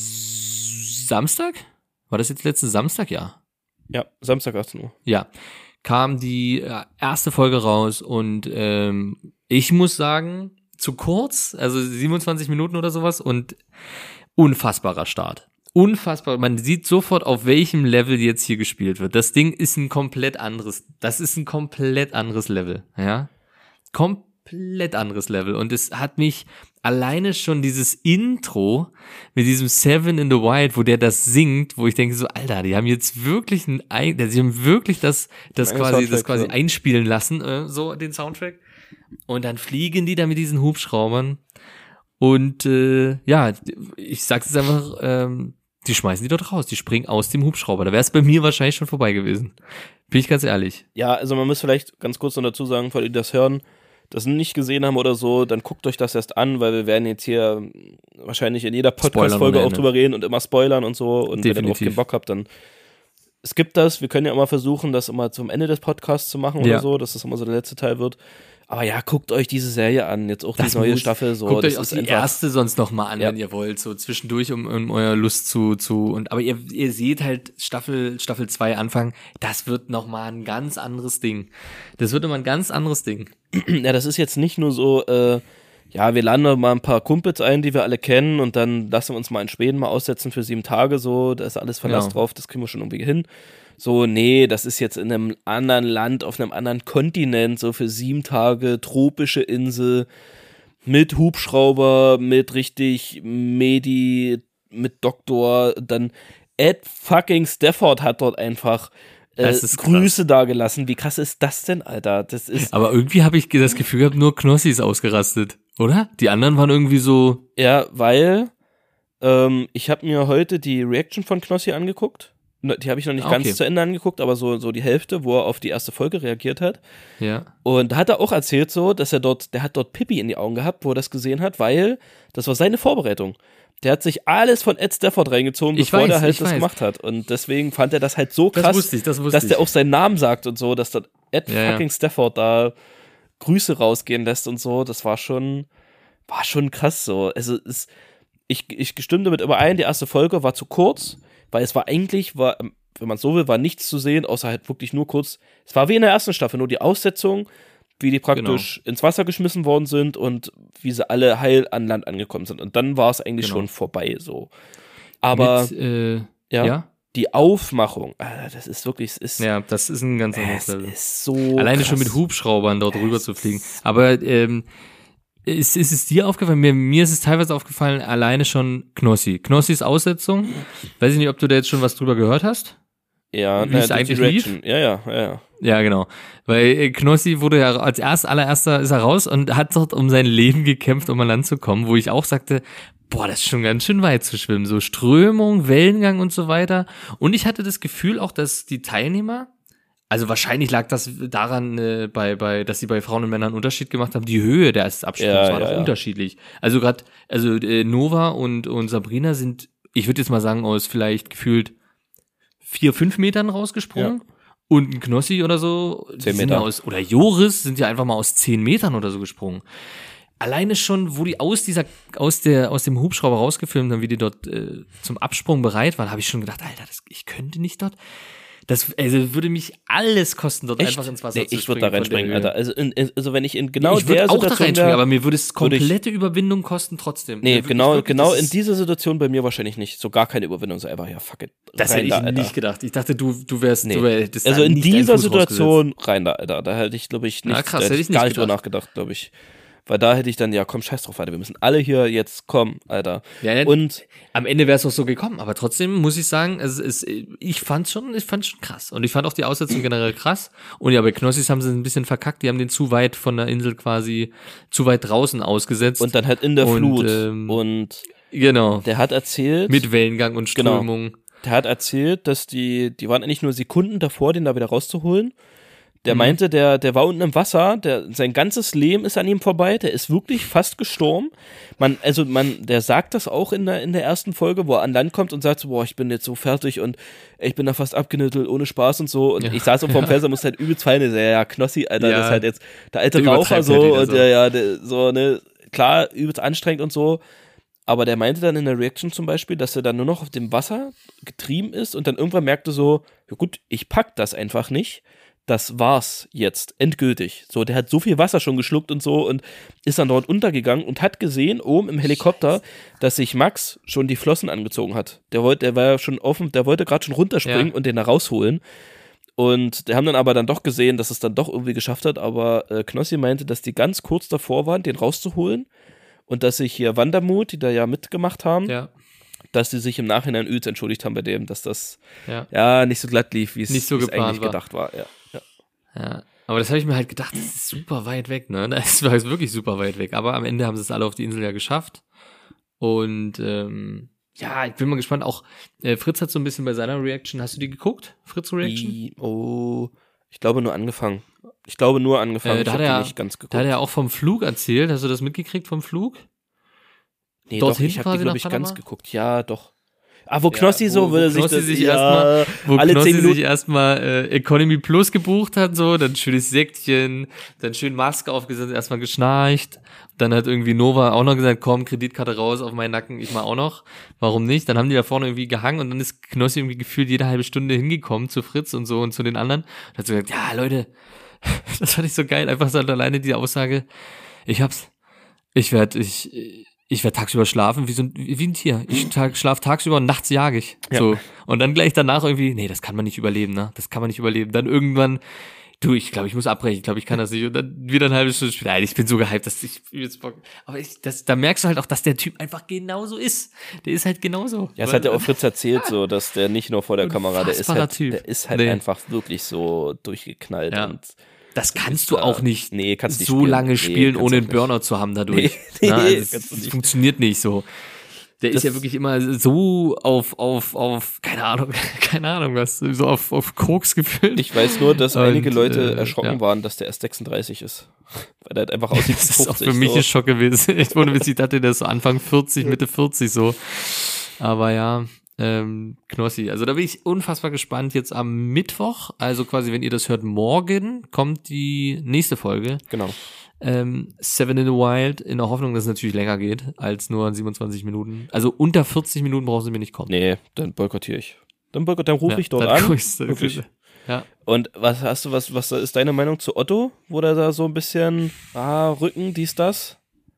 S- Samstag, war das jetzt letzten Samstag? Ja. Ja, Samstag achtzehn Uhr. Ja, kam die äh, erste Folge raus und ähm, ich muss sagen, zu kurz, also siebenundzwanzig Minuten oder sowas und unfassbarer Start. Unfassbar. Man sieht sofort, auf welchem Level jetzt hier gespielt wird. Das Ding ist ein komplett anderes, das ist ein komplett anderes Level, ja. Komplett anderes Level und es hat mich alleine schon dieses Intro mit diesem Seven in the Wild, wo der das singt, wo ich denke so, Alter, die haben jetzt wirklich ein, Ei- sie haben wirklich das, das Ein quasi, das Soundtrack, quasi ja. einspielen lassen, äh, so den Soundtrack. Und dann fliegen die da mit diesen Hubschraubern. Und äh, ja, ich sag's jetzt einfach, ähm, die schmeißen die dort raus. Die springen aus dem Hubschrauber. Da wäre es bei mir wahrscheinlich schon vorbei gewesen. Bin ich ganz ehrlich. Ja, also man muss vielleicht ganz kurz noch dazu sagen, falls ihr das hören, das nicht gesehen haben oder so, dann guckt euch das erst an, weil wir werden jetzt hier wahrscheinlich in jeder Podcast-Folge Spoilern ohne auch Ende. drüber reden und immer spoilern und so. Und wenn ihr darauf Definitiv. keinen Bock habt, dann skippt das. Wir können ja immer versuchen, das immer zum Ende des Podcasts zu machen Ja. oder so, dass das immer so der letzte Teil wird. Aber ja, guckt euch diese Serie an, jetzt auch Das die neue muss- Staffel. So, Guckt das euch auch ist die einfach, erste sonst noch mal an, Ja. wenn ihr wollt, so zwischendurch, um, um euer Lust zu, zu, und, aber ihr, ihr seht halt Staffel, Staffel zwei Anfang, das wird noch mal ein ganz anderes Ding. Das wird noch mal ein ganz anderes Ding. Ja, das ist jetzt nicht nur so, äh, ja, wir laden mal ein paar Kumpels ein, die wir alle kennen und dann lassen wir uns mal in Schweden mal aussetzen für sieben Tage, so, da ist alles Verlass Genau. drauf, das kriegen wir schon irgendwie hin. So, nee, das ist jetzt in einem anderen Land, auf einem anderen Kontinent, so für sieben Tage, tropische Insel, mit Hubschrauber, mit richtig Medi, mit Doktor, dann Ed fucking Stafford hat dort einfach äh, Das ist krass. Grüße dagelassen. Wie krass ist das denn, Alter? Das ist, Aber irgendwie habe ich das Gefühl gehabt, nur Knossi ist ausgerastet, oder? Die anderen waren irgendwie so, ja, weil ähm, ich habe mir heute die Reaction von Knossi angeguckt. Ne, Die habe ich noch nicht Ah, ganz okay. zu Ende angeguckt, aber so, so die Hälfte, wo er auf die erste Folge reagiert hat. ja. Und da hat er auch erzählt so, dass er dort, der hat dort Pippi in die Augen gehabt, wo er das gesehen hat, weil das war seine Vorbereitung. Der hat sich alles von Ed Stafford reingezogen, Ich bevor weiß, der halt ich das weiß. gemacht hat. Und deswegen fand er das halt so Das krass, wusste ich, das wusste dass der ich. auch seinen Namen sagt und so, dass dort Ed Ja, fucking Stafford da Grüße rausgehen lässt und so. Das war schon, war schon krass so. Also es, ich, ich stimme damit überein, die erste Folge war zu kurz, weil es war eigentlich, war, wenn man so will, war nichts zu sehen, außer halt wirklich nur kurz. Es war wie in der ersten Staffel, nur die Aussetzung, wie die praktisch Genau. ins Wasser geschmissen worden sind und wie sie alle heil an Land angekommen sind. Und dann war es eigentlich Genau. schon vorbei so. Aber Mit, äh, ja, ja? die Aufmachung, Alter, das ist wirklich, es ist, Ja, das ist ein ganz anderes es Level. ist so Alleine krass. schon mit Hubschraubern dort rüber zu fliegen. Aber ähm, ist, ist es dir aufgefallen? Mir, mir ist es teilweise aufgefallen, alleine schon Knossi. Knossis Aussetzung. Weiß ich nicht, ob du da jetzt schon was drüber gehört hast. Ja, wie es na, eigentlich die Reaction. Ja, ja, ja, ja. Ja, genau. Weil äh, Knossi wurde ja als erst allererster ist er raus und hat dort um sein Leben gekämpft, um an Land zu kommen, wo ich auch sagte, boah, das ist schon ganz schön weit zu schwimmen. So Strömung, Wellengang und so weiter. Und ich hatte das Gefühl auch, dass die Teilnehmer, also wahrscheinlich lag das daran, äh, bei, bei, dass sie bei Frauen und Männern einen Unterschied gemacht haben. Die Höhe des Absprungs Ja, war ja, doch ja. unterschiedlich. Also gerade, also äh, Nova und, und Sabrina sind, ich würde jetzt mal sagen, aus vielleicht gefühlt vier, fünf Metern rausgesprungen. Und ein Knossi oder so, die Zehn sind ja Meter. aus, oder Joris sind ja einfach mal aus zehn Metern oder so gesprungen. alleine schon, wo die aus dieser, aus der, aus dem Hubschrauber rausgefilmt haben, wie die dort äh, zum Absprung bereit waren, habe ich schon gedacht, Alter, das, ich könnte nicht dort. Das also würde mich alles kosten, dort Echt? einfach ins Wasser Nee, zu ich springen. würde da von der reinspringen, Höhe. Alter. Also, in, in, also wenn ich in genau ich würde der auch da Situation reinspringen, wär, aber mir würde es würde ich- komplette Überwindung kosten trotzdem. Nee, Wirklich, genau, wirklich, genau das in ist- dieser Situation bei mir wahrscheinlich nicht. So gar keine Überwindung, so einfach, ja, fuck it. Das rein hätte ich da, Alter. nicht gedacht. Ich dachte, du, du wärst, Nee. du hättest Also da in nicht deinen dieser Fuß Situation rein da, Alter. Da hätte ich, glaube ich, nicht, Na, krass, da hätte ich nicht gar nicht drüber gedacht. nachgedacht, glaube ich. Weil da hätte ich dann, ja, komm, scheiß drauf, Alter. Wir müssen alle hier jetzt kommen, Alter. Ja, ja, Und am Ende wäre es auch so gekommen, aber trotzdem muss ich sagen, es ist, ich fand schon, ich fand schon krass. Und ich fand auch die Aussetzung generell krass. Und ja, bei Knossis haben sie es ein bisschen verkackt, die haben den zu weit von der Insel quasi, zu weit draußen ausgesetzt. und dann halt in der Und, Flut. ähm, Und genau. der hat erzählt, Mit Wellengang und Genau. Strömung. der hat erzählt, dass die, die waren eigentlich nur Sekunden davor, den da wieder rauszuholen. Der Mhm. meinte, der, der war unten im Wasser, der, sein ganzes Leben ist an ihm vorbei, der ist wirklich fast gestorben. Man, also man, der sagt das auch in der, in der ersten Folge, wo er an Land kommt und sagt so, boah, ich bin jetzt so fertig und ich bin da fast abgenüttelt, ohne Spaß und so. Und Ja. ich saß so vorm Fenster, musste halt übelst feiern, der, ja, Knossi, Alter, Ja. das ist halt jetzt der alte Der Raucher übertreibt so halt wieder und so. der, ja, der, so, ne, klar, übelst anstrengend und so. Aber der meinte dann in der Reaction zum Beispiel, dass er dann nur noch auf dem Wasser getrieben ist und dann irgendwann merkte so, ja gut, ich pack das einfach nicht. Das war's jetzt, endgültig. So, der hat so viel Wasser schon geschluckt und so und ist dann dort untergegangen und hat gesehen, oben im Helikopter, dass sich Max schon die Flossen angezogen hat. Der wollte, der war ja schon offen, der wollte gerade schon runterspringen Ja. und den da rausholen. Und die haben dann aber dann doch gesehen, dass es dann doch irgendwie geschafft hat, aber äh, Knossi meinte, dass die ganz kurz davor waren, den rauszuholen und dass sich hier Wandermut, die da ja mitgemacht haben, Ja, dass sie sich im Nachhinein übelst entschuldigt haben bei dem, dass das ja, ja nicht so glatt lief, wie es Nicht so wie es geplant eigentlich war. gedacht war. Ja. Ja. ja. Aber das habe ich mir halt gedacht, das ist super weit weg, ne? Das war jetzt wirklich super weit weg. Aber am Ende haben sie es alle auf die Insel ja geschafft. Und ähm, ja, ich bin mal gespannt. Auch äh, Fritz hat so ein bisschen bei seiner Reaction, hast du die geguckt? Fritz Reaction? I, oh, ich glaube nur angefangen. Ich glaube nur angefangen. Äh, ich da, hat habe er, nicht ganz geguckt. da hat er auch vom Flug erzählt. Hast du das mitgekriegt vom Flug? nee, dorthin doch, ich habe quasi die, nach glaube ich, Panama? ganz geguckt. Ja, doch. Ah, wo Knossi Ja, so wo- will wo er sich Knossi das, sich ja, erstmal- Wo alle Knossi zehn Minuten. sich erstmal äh, Economy Plus gebucht hat, so, dann schönes Säckchen, dann schön Maske aufgesetzt, erstmal geschnarcht. Dann hat irgendwie Nova auch noch gesagt, komm, Kreditkarte raus auf meinen Nacken, ich mal auch noch. Warum nicht? Dann haben die da vorne irgendwie gehangen und dann ist Knossi irgendwie gefühlt jede halbe Stunde hingekommen zu Fritz und so und zu den anderen. Und hat so gesagt, ja, Leute, das fand ich so geil, einfach so alleine die Aussage, ich hab's, ich werd, ich, ich werde tagsüber schlafen, wie so ein, wie ein Tier. Ich tag, schlaf tagsüber und nachts jage ich. Ja. So. Und dann gleich danach irgendwie, nee, das kann man nicht überleben, ne? Das kann man nicht überleben. Dann irgendwann, du, ich glaube, ich muss abbrechen, ich glaube, ich kann das nicht. Und dann wieder eine halbe Stunde später, nein, ich bin so gehypt, dass ich jetzt Bock. Aber ich, das, da merkst du halt auch, dass der Typ einfach genauso ist. Der ist halt genauso. Ja, das hat ja auch Fritz erzählt, so, dass der nicht nur vor der Kamera, der ist Unfassbarer halt, Typ. der ist halt Nee. einfach wirklich so durchgeknallt Ja. und Das kannst du auch nicht, nee, kannst nicht so spielen. lange Nee, spielen, kannst ohne du einen nicht. Burnout zu haben dadurch. Nee, Na, also nee, es, kannst du es nicht. funktioniert nicht so. Der Das- ist ja wirklich immer so auf, auf, auf, keine Ahnung, keine Ahnung was, so auf, auf Koks gefüllt. Ich weiß nur, dass Und, einige Leute äh, erschrocken ja. waren, dass der erst sechsunddreißig ist. Weil der halt einfach aussieht Das wie ist auch fünfzig. für mich so. ein Schock gewesen. Ich wurde ich dachte, der ist so Anfang vierzig, Mitte vierzig so. Aber ja, ähm, Knossi. Also da bin ich unfassbar gespannt. Jetzt am Mittwoch, also quasi, wenn ihr das hört, morgen kommt die nächste Folge. Genau. Ähm, Seven in the Wild, in der Hoffnung, dass es natürlich länger geht als nur siebenundzwanzig Minuten. Also unter vierzig Minuten brauchen sie mir nicht kommen. Nee, dann boykottiere ich. Dann boykott, dann rufe Ja, ich dort dann an. guck ich's, dann Wirklich. guck ich- Ja. Und was hast du, was, was ist deine Meinung zu Otto? Wo der da so ein bisschen, ah, Rücken, dies, das?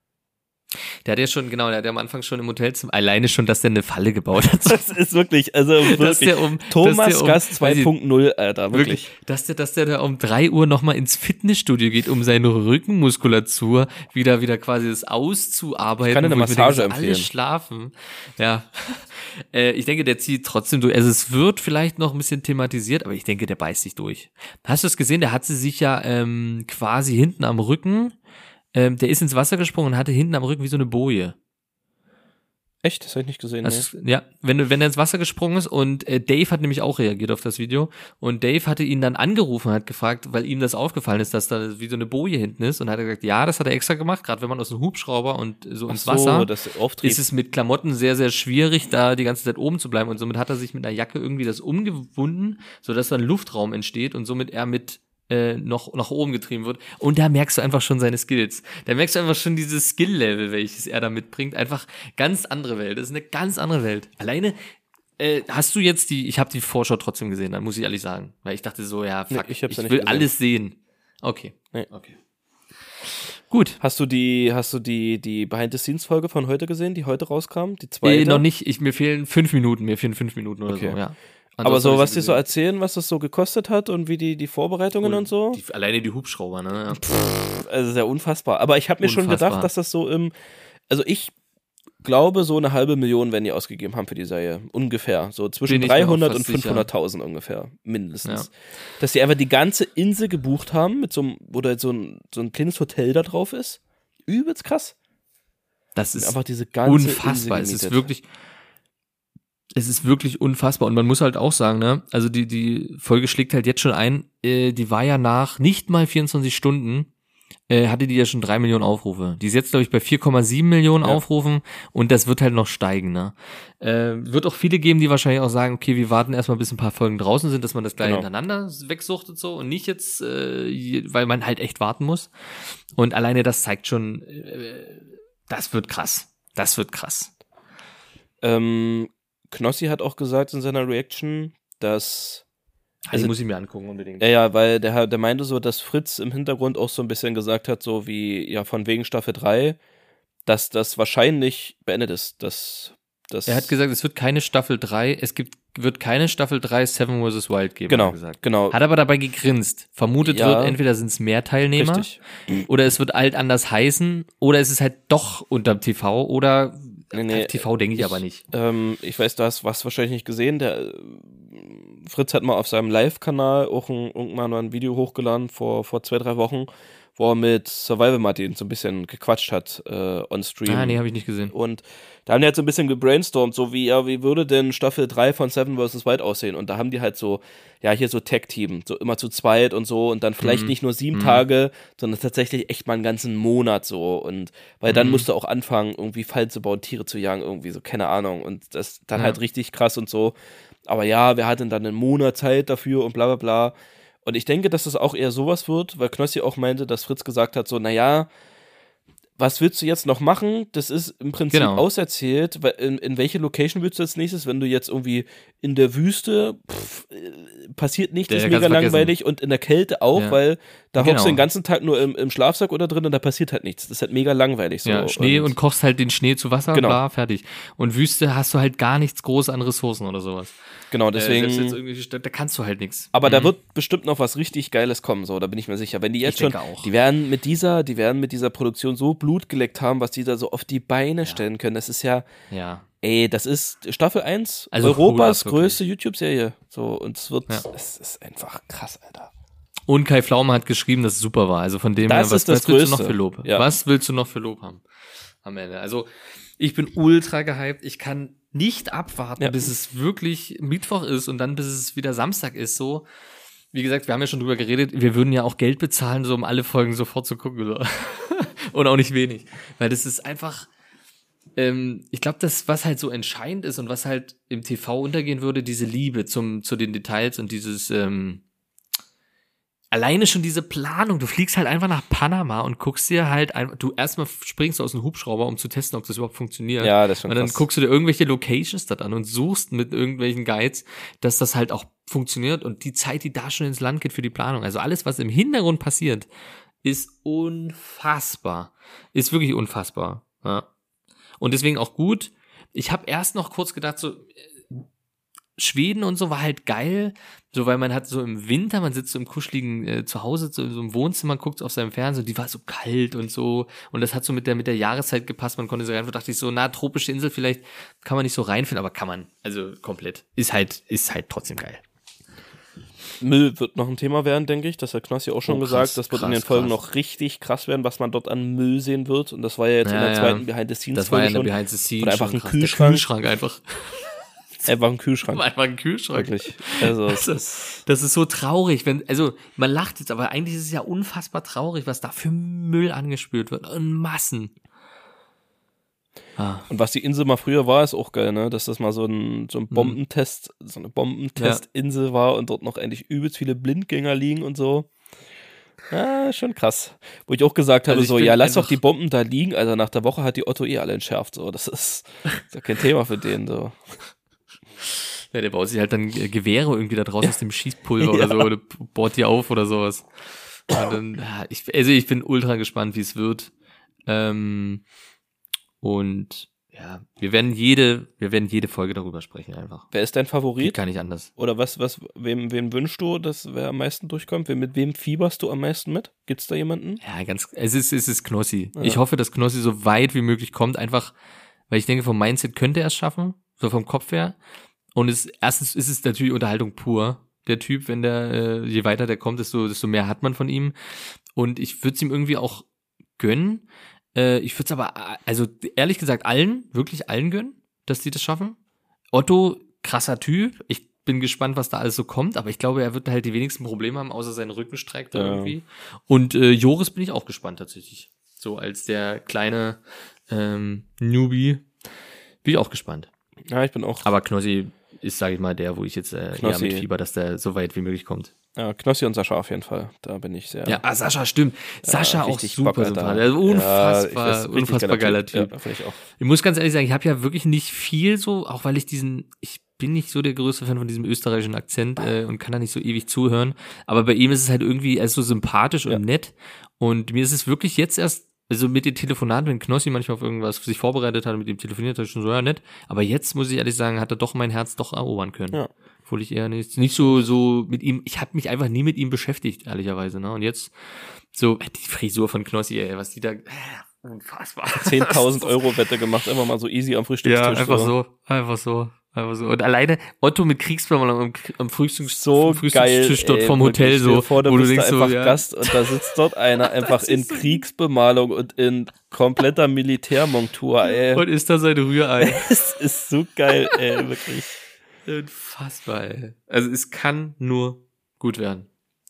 Der hat ja schon, genau, der hat ja am Anfang schon im Hotelzimmer, alleine schon, dass der eine Falle gebaut hat. Das ist wirklich, also Dass wirklich, der um, Thomas dass der um, Gast weiß ich- zwei Punkt null, Alter, wirklich. Wirklich, dass der, dass der da um drei Uhr nochmal ins Fitnessstudio geht, um seine Rückenmuskulatur wieder, wieder quasi das auszuarbeiten. Ich kann dir eine wo mir Massage denke, so, empfehlen. Alle schlafen. Ja. äh, ich denke, der zieht trotzdem durch. Also es wird vielleicht noch ein bisschen thematisiert, aber ich denke, der beißt sich durch. Hast du es gesehen? Der hat sie sich ja ähm, quasi hinten am Rücken, ähm, der ist ins Wasser gesprungen und hatte hinten am Rücken wie so eine Boje. Echt? Das habe ich nicht gesehen. Nee. Also, ja, wenn, du- wenn er ins Wasser gesprungen ist und äh, Dave hat nämlich auch reagiert auf das Video und Dave hatte ihn dann angerufen und hat gefragt, weil ihm das aufgefallen ist, dass da wie so eine Boje hinten ist und hat er gesagt, ja, das hat er extra gemacht, gerade wenn man aus dem Hubschrauber und so Ach ins so, Wasser das Auftrieb. ist es mit Klamotten sehr, sehr schwierig, da die ganze Zeit oben zu bleiben und somit hat er sich mit einer Jacke irgendwie das umgewunden, sodass dann Luftraum entsteht und somit er mit äh, noch nach oben getrieben wird. Und da merkst du einfach schon seine Skills. Da merkst du einfach schon dieses Skill-Level, welches er da mitbringt. Einfach ganz andere Welt. Das ist eine ganz andere Welt. Alleine äh, hast du jetzt die, ich habe die Vorschau trotzdem gesehen, dann muss ich ehrlich sagen. Weil ich dachte so, ja, fuck, Nee, ich hab's ich ja nicht will gesehen. alles sehen. Okay. Nee. Okay. Gut. Hast du die, hast du die, die Behind-the-Scenes-Folge von heute gesehen, die heute rauskam? Die zweite? Äh, noch nicht. Ich, mir fehlen fünf Minuten. Mir fehlen fünf Minuten oder Okay. so, ja. Aber Ansonsten so, hab ich was sie die so gesehen. erzählen, was das so gekostet hat und wie die, die Vorbereitungen Cool. und so? Die, alleine die Hubschrauber, ne? Ja. Also sehr unfassbar. Aber ich habe mir schon Unfassbar. gedacht, dass das so im, also ich glaube, so eine halbe Million werden die ausgegeben haben für die Serie. Ungefähr. So zwischen Bin ich mir auch dreihundert und fast sicher. fünfhunderttausend ungefähr. Mindestens. Ja. Dass die einfach die ganze Insel gebucht haben, mit so einem, oder so ein, so ein kleines Hotel da drauf ist. Übelst krass. Das ist Einfach diese ganze unfassbar. Insel Es ist gemietet. wirklich, es ist wirklich unfassbar. Und man muss halt auch sagen, ne, also die, die Folge schlägt halt jetzt schon ein, äh, die war ja nach nicht mal vierundzwanzig Stunden, äh, hatte die ja schon drei Millionen Aufrufe. Die ist jetzt, glaube ich, bei vier Komma sieben Millionen Ja. Aufrufen und das wird halt noch steigen, ne. Äh, wird auch viele geben, die wahrscheinlich auch sagen, okay, wir warten erstmal, bis ein paar Folgen draußen sind, dass man das gleich Genau. hintereinander wegsuchtet so und nicht jetzt, äh, je- weil man halt echt warten muss. Und alleine das zeigt schon, äh, das wird krass. Das wird krass. Ähm, Knossi hat auch gesagt in seiner Reaction, dass Also, die muss ich mir angucken unbedingt. Ja, ja, weil der, der meinte so, dass Fritz im Hintergrund auch so ein bisschen gesagt hat, so wie, ja, von wegen Staffel drei, dass das wahrscheinlich beendet ist. Dass, dass Er hat gesagt, es wird keine Staffel drei, es gibt, wird keine Staffel drei Seven versus. Wild geben, genau, hat er gesagt. genau, Hat aber dabei gegrinst. Vermutet Ja. wird, entweder sind es mehr Teilnehmer richtig. oder es wird alt anders heißen oder es ist halt doch unterm T V oder Nee, nee, T V denke ich, ich- aber nicht. Ähm, ich weiß, du hast was wahrscheinlich nicht gesehen, der äh, Fritz hat mal auf seinem Live-Kanal auch ein, irgendwann mal ein Video hochgeladen vor, vor zwei, drei Wochen, wo er mit Survival Martin so ein bisschen gequatscht hat äh, on Stream. Ah, nee, habe ich nicht gesehen. Und da haben die halt so ein bisschen gebrainstormt, so wie, ja, wie würde denn Staffel drei von Seven versus. Wild aussehen? Und da haben die halt so, ja, hier so Tag-Team, so immer zu zweit und so und dann vielleicht Mhm. nicht nur sieben Mhm. Tage, sondern tatsächlich echt mal einen ganzen Monat so. Und weil dann Mhm. musst du auch anfangen, irgendwie Fall zu bauen, Tiere zu jagen, irgendwie so, keine Ahnung. Und das dann Ja. halt richtig krass und so. Aber ja, wir hatten dann einen Monat Zeit dafür und bla bla bla. Und ich denke, dass das auch eher sowas wird, weil Knossi auch meinte, dass Fritz gesagt hat, so, naja, was willst du jetzt noch machen? Das ist im Prinzip Genau. auserzählt. Weil in, in welche Location willst du als nächstes? Wenn du jetzt irgendwie in der Wüste, pff, äh, passiert nichts, Der ist kannst mega vergessen. langweilig und in der Kälte auch, Ja. weil da Genau. hockst du den ganzen Tag nur im, im Schlafsack oder drin und da passiert halt nichts. Das ist halt mega langweilig. So. Ja, Schnee und, kochst halt den Schnee zu Wasser, Genau. bla, fertig. Und Wüste hast du halt gar nichts groß an Ressourcen oder sowas. Genau, Äh, deswegen. selbst jetzt irgendwelche Städte, da kannst du halt nichts. Aber da Mhm. wird bestimmt noch was richtig Geiles kommen, so, da bin ich mir sicher. Wenn die jetzt Ich schon, denke auch. die werden mit dieser, die werden mit dieser Produktion so Blut geleckt haben, was die da so auf die Beine stellen können. Das ist ja, Ja. ey, das ist Staffel eins, Also Europas Hut ab, wirklich. größte YouTube-Serie. So, und es wird, Ja. es ist einfach krass, Alter. Und Kai Pflaume hat geschrieben, dass es super war. Also von dem Das her, was, ist das was willst du noch Größte. für Lob? Ja. Was willst du noch für Lob haben am Ende? Also ich bin ultra gehypt. Ich kann nicht abwarten, Ja. bis es wirklich Mittwoch ist und dann bis es wieder Samstag ist. So, wie gesagt, wir haben ja schon drüber geredet. Wir würden ja auch Geld bezahlen, so um alle Folgen sofort zu gucken. So. Und auch nicht wenig, weil das ist einfach. Ähm, ich glaube, das, was halt so entscheidend ist und was halt im T V untergehen würde, diese Liebe zum zu den Details und dieses ähm, alleine schon diese Planung, du fliegst halt einfach nach Panama und guckst dir halt einfach, du erstmal springst aus dem Hubschrauber, um zu testen, ob das überhaupt funktioniert. Ja, das ist schon Und dann krass. guckst du dir irgendwelche Locations da an und suchst mit irgendwelchen Guides, dass das halt auch funktioniert und die Zeit, die da schon ins Land geht für die Planung. Also alles, was im Hintergrund passiert, ist unfassbar. Ist wirklich unfassbar. Ja. Und deswegen auch gut. Ich habe erst noch kurz gedacht, so Schweden und so war halt geil, so weil man hat so im Winter, man sitzt so im kuscheligen äh, Zuhause, so, so im Wohnzimmer, guckt auf seinem Fernseher, die war so kalt und so und das hat so mit der mit der Jahreszeit gepasst, man konnte so rein, da dachte ich so, na, tropische Insel, vielleicht kann man nicht so reinfinden, aber kann man, also komplett. Ist halt, ist halt trotzdem geil. Müll wird noch ein Thema werden, denke ich. Das hat Knossi auch schon Oh, gesagt. krass, Das wird in krass, den Folgen krass. noch richtig krass werden, was man dort an Müll sehen wird. Und das war ja jetzt in Ja, der ja. zweiten Behind-the-Scenes-Folge Das war ja eine schon. Behind the Scenes. Oder einfach schon ein krass. Kühlschrank. Der Kühlschrank einfach. Einfach ein Kühlschrank. Einfach ein Kühlschrank. Wirklich. Also, es Also, ist, das ist so traurig, wenn, also man lacht jetzt, aber eigentlich ist es ja unfassbar traurig, was da für Müll angespült wird. In Massen. Ah. und was die Insel mal früher war, ist auch geil, ne? Dass das mal so ein, so ein Bombentest, so eine Bombentestinsel war und dort noch eigentlich übelst viele Blindgänger liegen und so. Ja, schon krass. Wo ich auch gesagt habe, Also ich so, bin ja, lass doch einfach- die Bomben da liegen. Also nach der Woche hat die Otto eh alle entschärft. So, das ist, ist ja kein Thema für den. So. Ja, der baut sich halt dann äh, Gewehre irgendwie da draus aus dem Schießpulver oder so, oder bohrt die auf oder sowas. Und dann, ja, ich, also ich bin ultra gespannt, wie es wird. Ähm, und ja, wir werden jede, wir werden jede Folge darüber sprechen einfach. Wer ist dein Geht Favorit? gar nicht anders. Oder was, was, wem, wem wünschst du, dass wer am meisten durchkommt? Wem, mit wem fieberst du am meisten mit? Gibt's da jemanden? Ja, ganz, es ist, es ist Knossi. Ja. Ich hoffe, dass Knossi so weit wie möglich kommt, einfach, weil ich denke, vom Mindset könnte er es schaffen, so vom Kopf her. Und es, erstens ist es natürlich Unterhaltung pur. Der Typ, wenn der, äh, je weiter der kommt, desto, desto mehr hat man von ihm. Und ich würde es ihm irgendwie auch gönnen. Äh, ich würde es aber, äh, also ehrlich gesagt, allen, wirklich allen gönnen, dass die das schaffen. Otto, krasser Typ. Ich bin gespannt, was da alles so kommt, aber ich glaube, er wird halt die wenigsten Probleme haben, außer sein Rücken streikt da Ja. irgendwie. Und äh, Joris bin ich auch gespannt tatsächlich. So als der kleine ähm, Newbie bin ich auch gespannt. Ja, ich bin auch. Aber Knossi ist, sage ich mal, der, wo ich jetzt äh, eher Knossi. mit Fieber, dass der so weit wie möglich kommt. Ja, Knossi und Sascha auf jeden Fall. Da bin ich sehr. Ja, ah, Sascha, stimmt. Sascha auch richtig super Bock, Alter. sympathisch. Also unfassbar, Ja, ich weiß, richtig unfassbar geiler Typ. Ja, finde ich auch. Ich muss ganz ehrlich sagen, ich habe ja wirklich nicht viel so, auch weil ich diesen, ich bin nicht so der größte Fan von diesem österreichischen Akzent äh, und kann da nicht so ewig zuhören. Aber bei ihm ist es halt irgendwie, er ist so sympathisch Ja. und nett. Und mir ist es wirklich jetzt erst, also mit den Telefonaten, wenn Knossi manchmal auf irgendwas sich vorbereitet hat, mit ihm telefoniert hat, schon so, ja, nett. Aber jetzt, muss ich ehrlich sagen, hat er doch mein Herz doch erobern können. Ja. Obwohl ich eher nicht, nicht so, so mit ihm, ich habe mich einfach nie mit ihm beschäftigt, ehrlicherweise, ne? Und jetzt, so, die Frisur von Knossi, ey, was die da, äh, unfassbar. zehntausend Euro Wette gemacht, immer mal so easy am Frühstückstisch. Ja, einfach so, einfach so, einfach so. Und alleine Otto mit Kriegsbemalung am, am Frühstücks, So Frühstückstisch geil, dort ey, vom Hotel wirklich. Stell dir so, vor, du wo du bist denkst da so, einfach ja. Gast und da sitzt dort einer einfach in ist so- Kriegsbemalung und in kompletter Militärmontur, ey. Und isst da sein Rührei. Es ist so geil, ey, wirklich. Unfassbar, ey. Also es kann nur gut werden.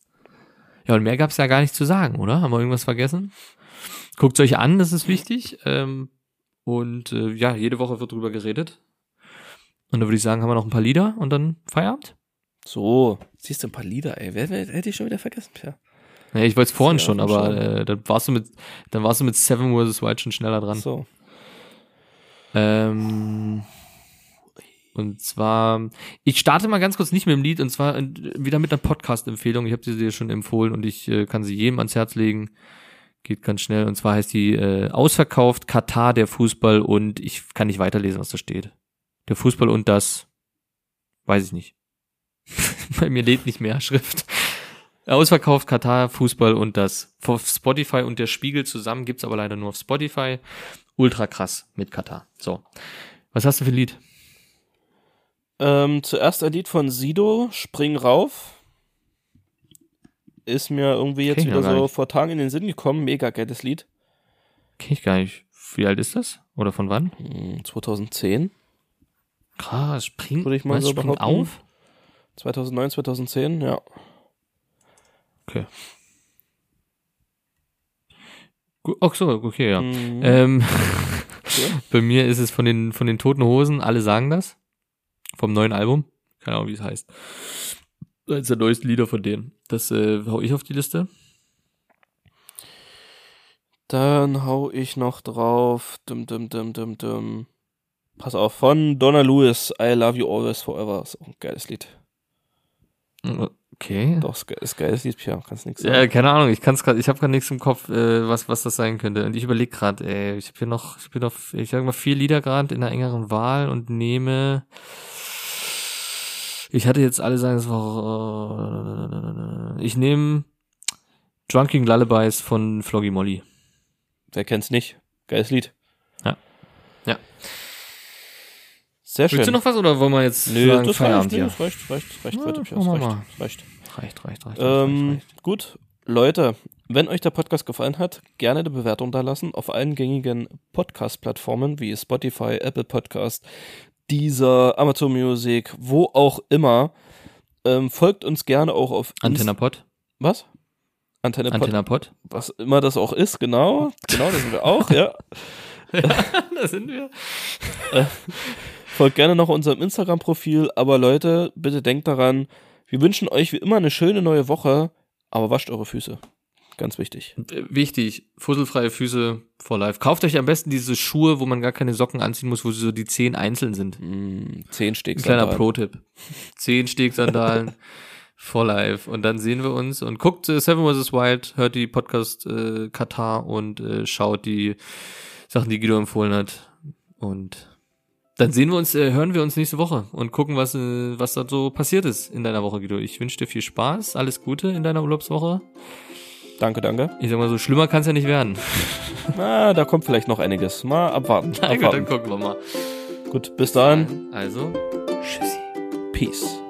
Ja, und mehr gab's ja gar nicht zu sagen, oder? Haben wir irgendwas vergessen? Guckt euch an, das ist wichtig. Ähm, und äh, ja, jede Woche wird drüber geredet. Und dann würde ich sagen, haben wir noch ein paar Lieder und dann Feierabend? So, siehst du ein paar Lieder, ey. Wer, wer hätte ich schon wieder vergessen, Pierre? Ja, ich wollte es vorhin Ja, schon, schon. aber äh, dann warst du mit, dann warst du mit Seven versus. Wild schon schneller dran. So. Ähm, und zwar, ich starte mal ganz kurz nicht mit dem Lied, und zwar äh, wieder mit einer Podcast-Empfehlung. Ich habe sie dir schon empfohlen und ich äh, kann sie jedem ans Herz legen. Geht ganz schnell. Und zwar heißt die äh, Ausverkauft, Katar, der Fußball, und ich kann nicht weiterlesen, was da steht. Der Fußball und das, weiß ich nicht. Bei mir lädt nicht mehr Schrift. Ausverkauft, Katar, Fußball und das. Auf Spotify und der Spiegel zusammen, gibt's aber leider nur auf Spotify. Ultra krass mit Katar. So. Was hast du für ein Lied? Ähm, zuerst ein Lied von Sido, Spring rauf. Ist mir irgendwie jetzt Kenn ich noch wieder gar so nicht. vor Tagen in den Sinn gekommen. Mega geiles Lied. Kenn ich gar nicht. Wie alt ist das? Oder von wann? Hm, zweitausendzehn. Krass, spring, Würde ich mal was, so spring behaupten. auf? zweitausendneun, zweitausendzehn, ja. Okay. Gu- Ach so, okay, ja. Mhm. Ähm, Okay. bei mir ist es von den, von den Toten Hosen, alle sagen das. Vom neuen Album. Keine Ahnung, wie es heißt. Das ist der neueste Lieder von denen. Das äh, hau ich auf die Liste. Dann hau ich noch drauf. Dum, dum, dum, dum, dum. Pass auf, von Donna Lewis, I Love You Always Forever. Ist auch ein geiles Lied. Okay. Doch, ist, ge ist geiles Lied, Pia. Kannst nichts sagen. Ja, keine Ahnung, ich kann's grad, ich habe gerade nichts im Kopf, äh, was was das sein könnte. Und ich überlege gerade, ey, ich habe hier noch, ich bin noch, ich sag mal vier Lieder gerade in einer engeren Wahl und nehme. Ich hatte jetzt alle sagen, es war. Ich nehme Drunken Lullabies von Floggy Molly. Wer kennt's nicht? Geiles Lied. Ja. Ja. Sehr schön. Willst du noch was oder wollen wir jetzt Nö, sagen das Feierabend reicht, nee, hier? das reicht, reicht, reicht, Ja, weiter, Pia, machen das wir reicht, mal. reicht. Reicht, reicht, reicht. Ähm, reicht, reicht. gut, Leute, wenn euch der Podcast gefallen hat, gerne eine Bewertung da lassen auf allen gängigen Podcast-Plattformen wie Spotify, Apple Podcast, Deezer, Amazon Music, wo auch immer. Ähm, folgt uns gerne auch auf Inst- Antennapod. Was? Antenne Pod, Antennapod. was immer das auch ist, genau. Genau, das sind wir auch, ja. Da sind wir. Folgt gerne noch unserem Instagram-Profil, aber Leute, bitte denkt daran, wir wünschen euch wie immer eine schöne neue Woche, aber wascht eure Füße. Ganz wichtig. Äh, Wichtig, fusselfreie Füße for life. Kauft euch am besten diese Schuhe, wo man gar keine Socken anziehen muss, wo so die Zehen einzeln sind. Mm, zehn Steg Ein kleiner Sandalen. Pro-Tipp. Zehn Stegsandalen for life. Und dann sehen wir uns und guckt äh, Seven versus. Wild, hört die Podcast äh, Katar und äh, schaut die Sachen, die Guido empfohlen hat. Und dann sehen wir uns, äh, hören wir uns nächste Woche und gucken, was äh, was da so passiert ist in deiner Woche, Guido. Ich wünsche dir viel Spaß, alles Gute in deiner Urlaubswoche. Danke, danke. Ich sag mal so, schlimmer kann es ja nicht werden. Na, da kommt vielleicht noch einiges. Mal abwarten. Na gut, dann abwarten. gucken wir mal. Gut, bis dahin. Also, tschüssi. Peace.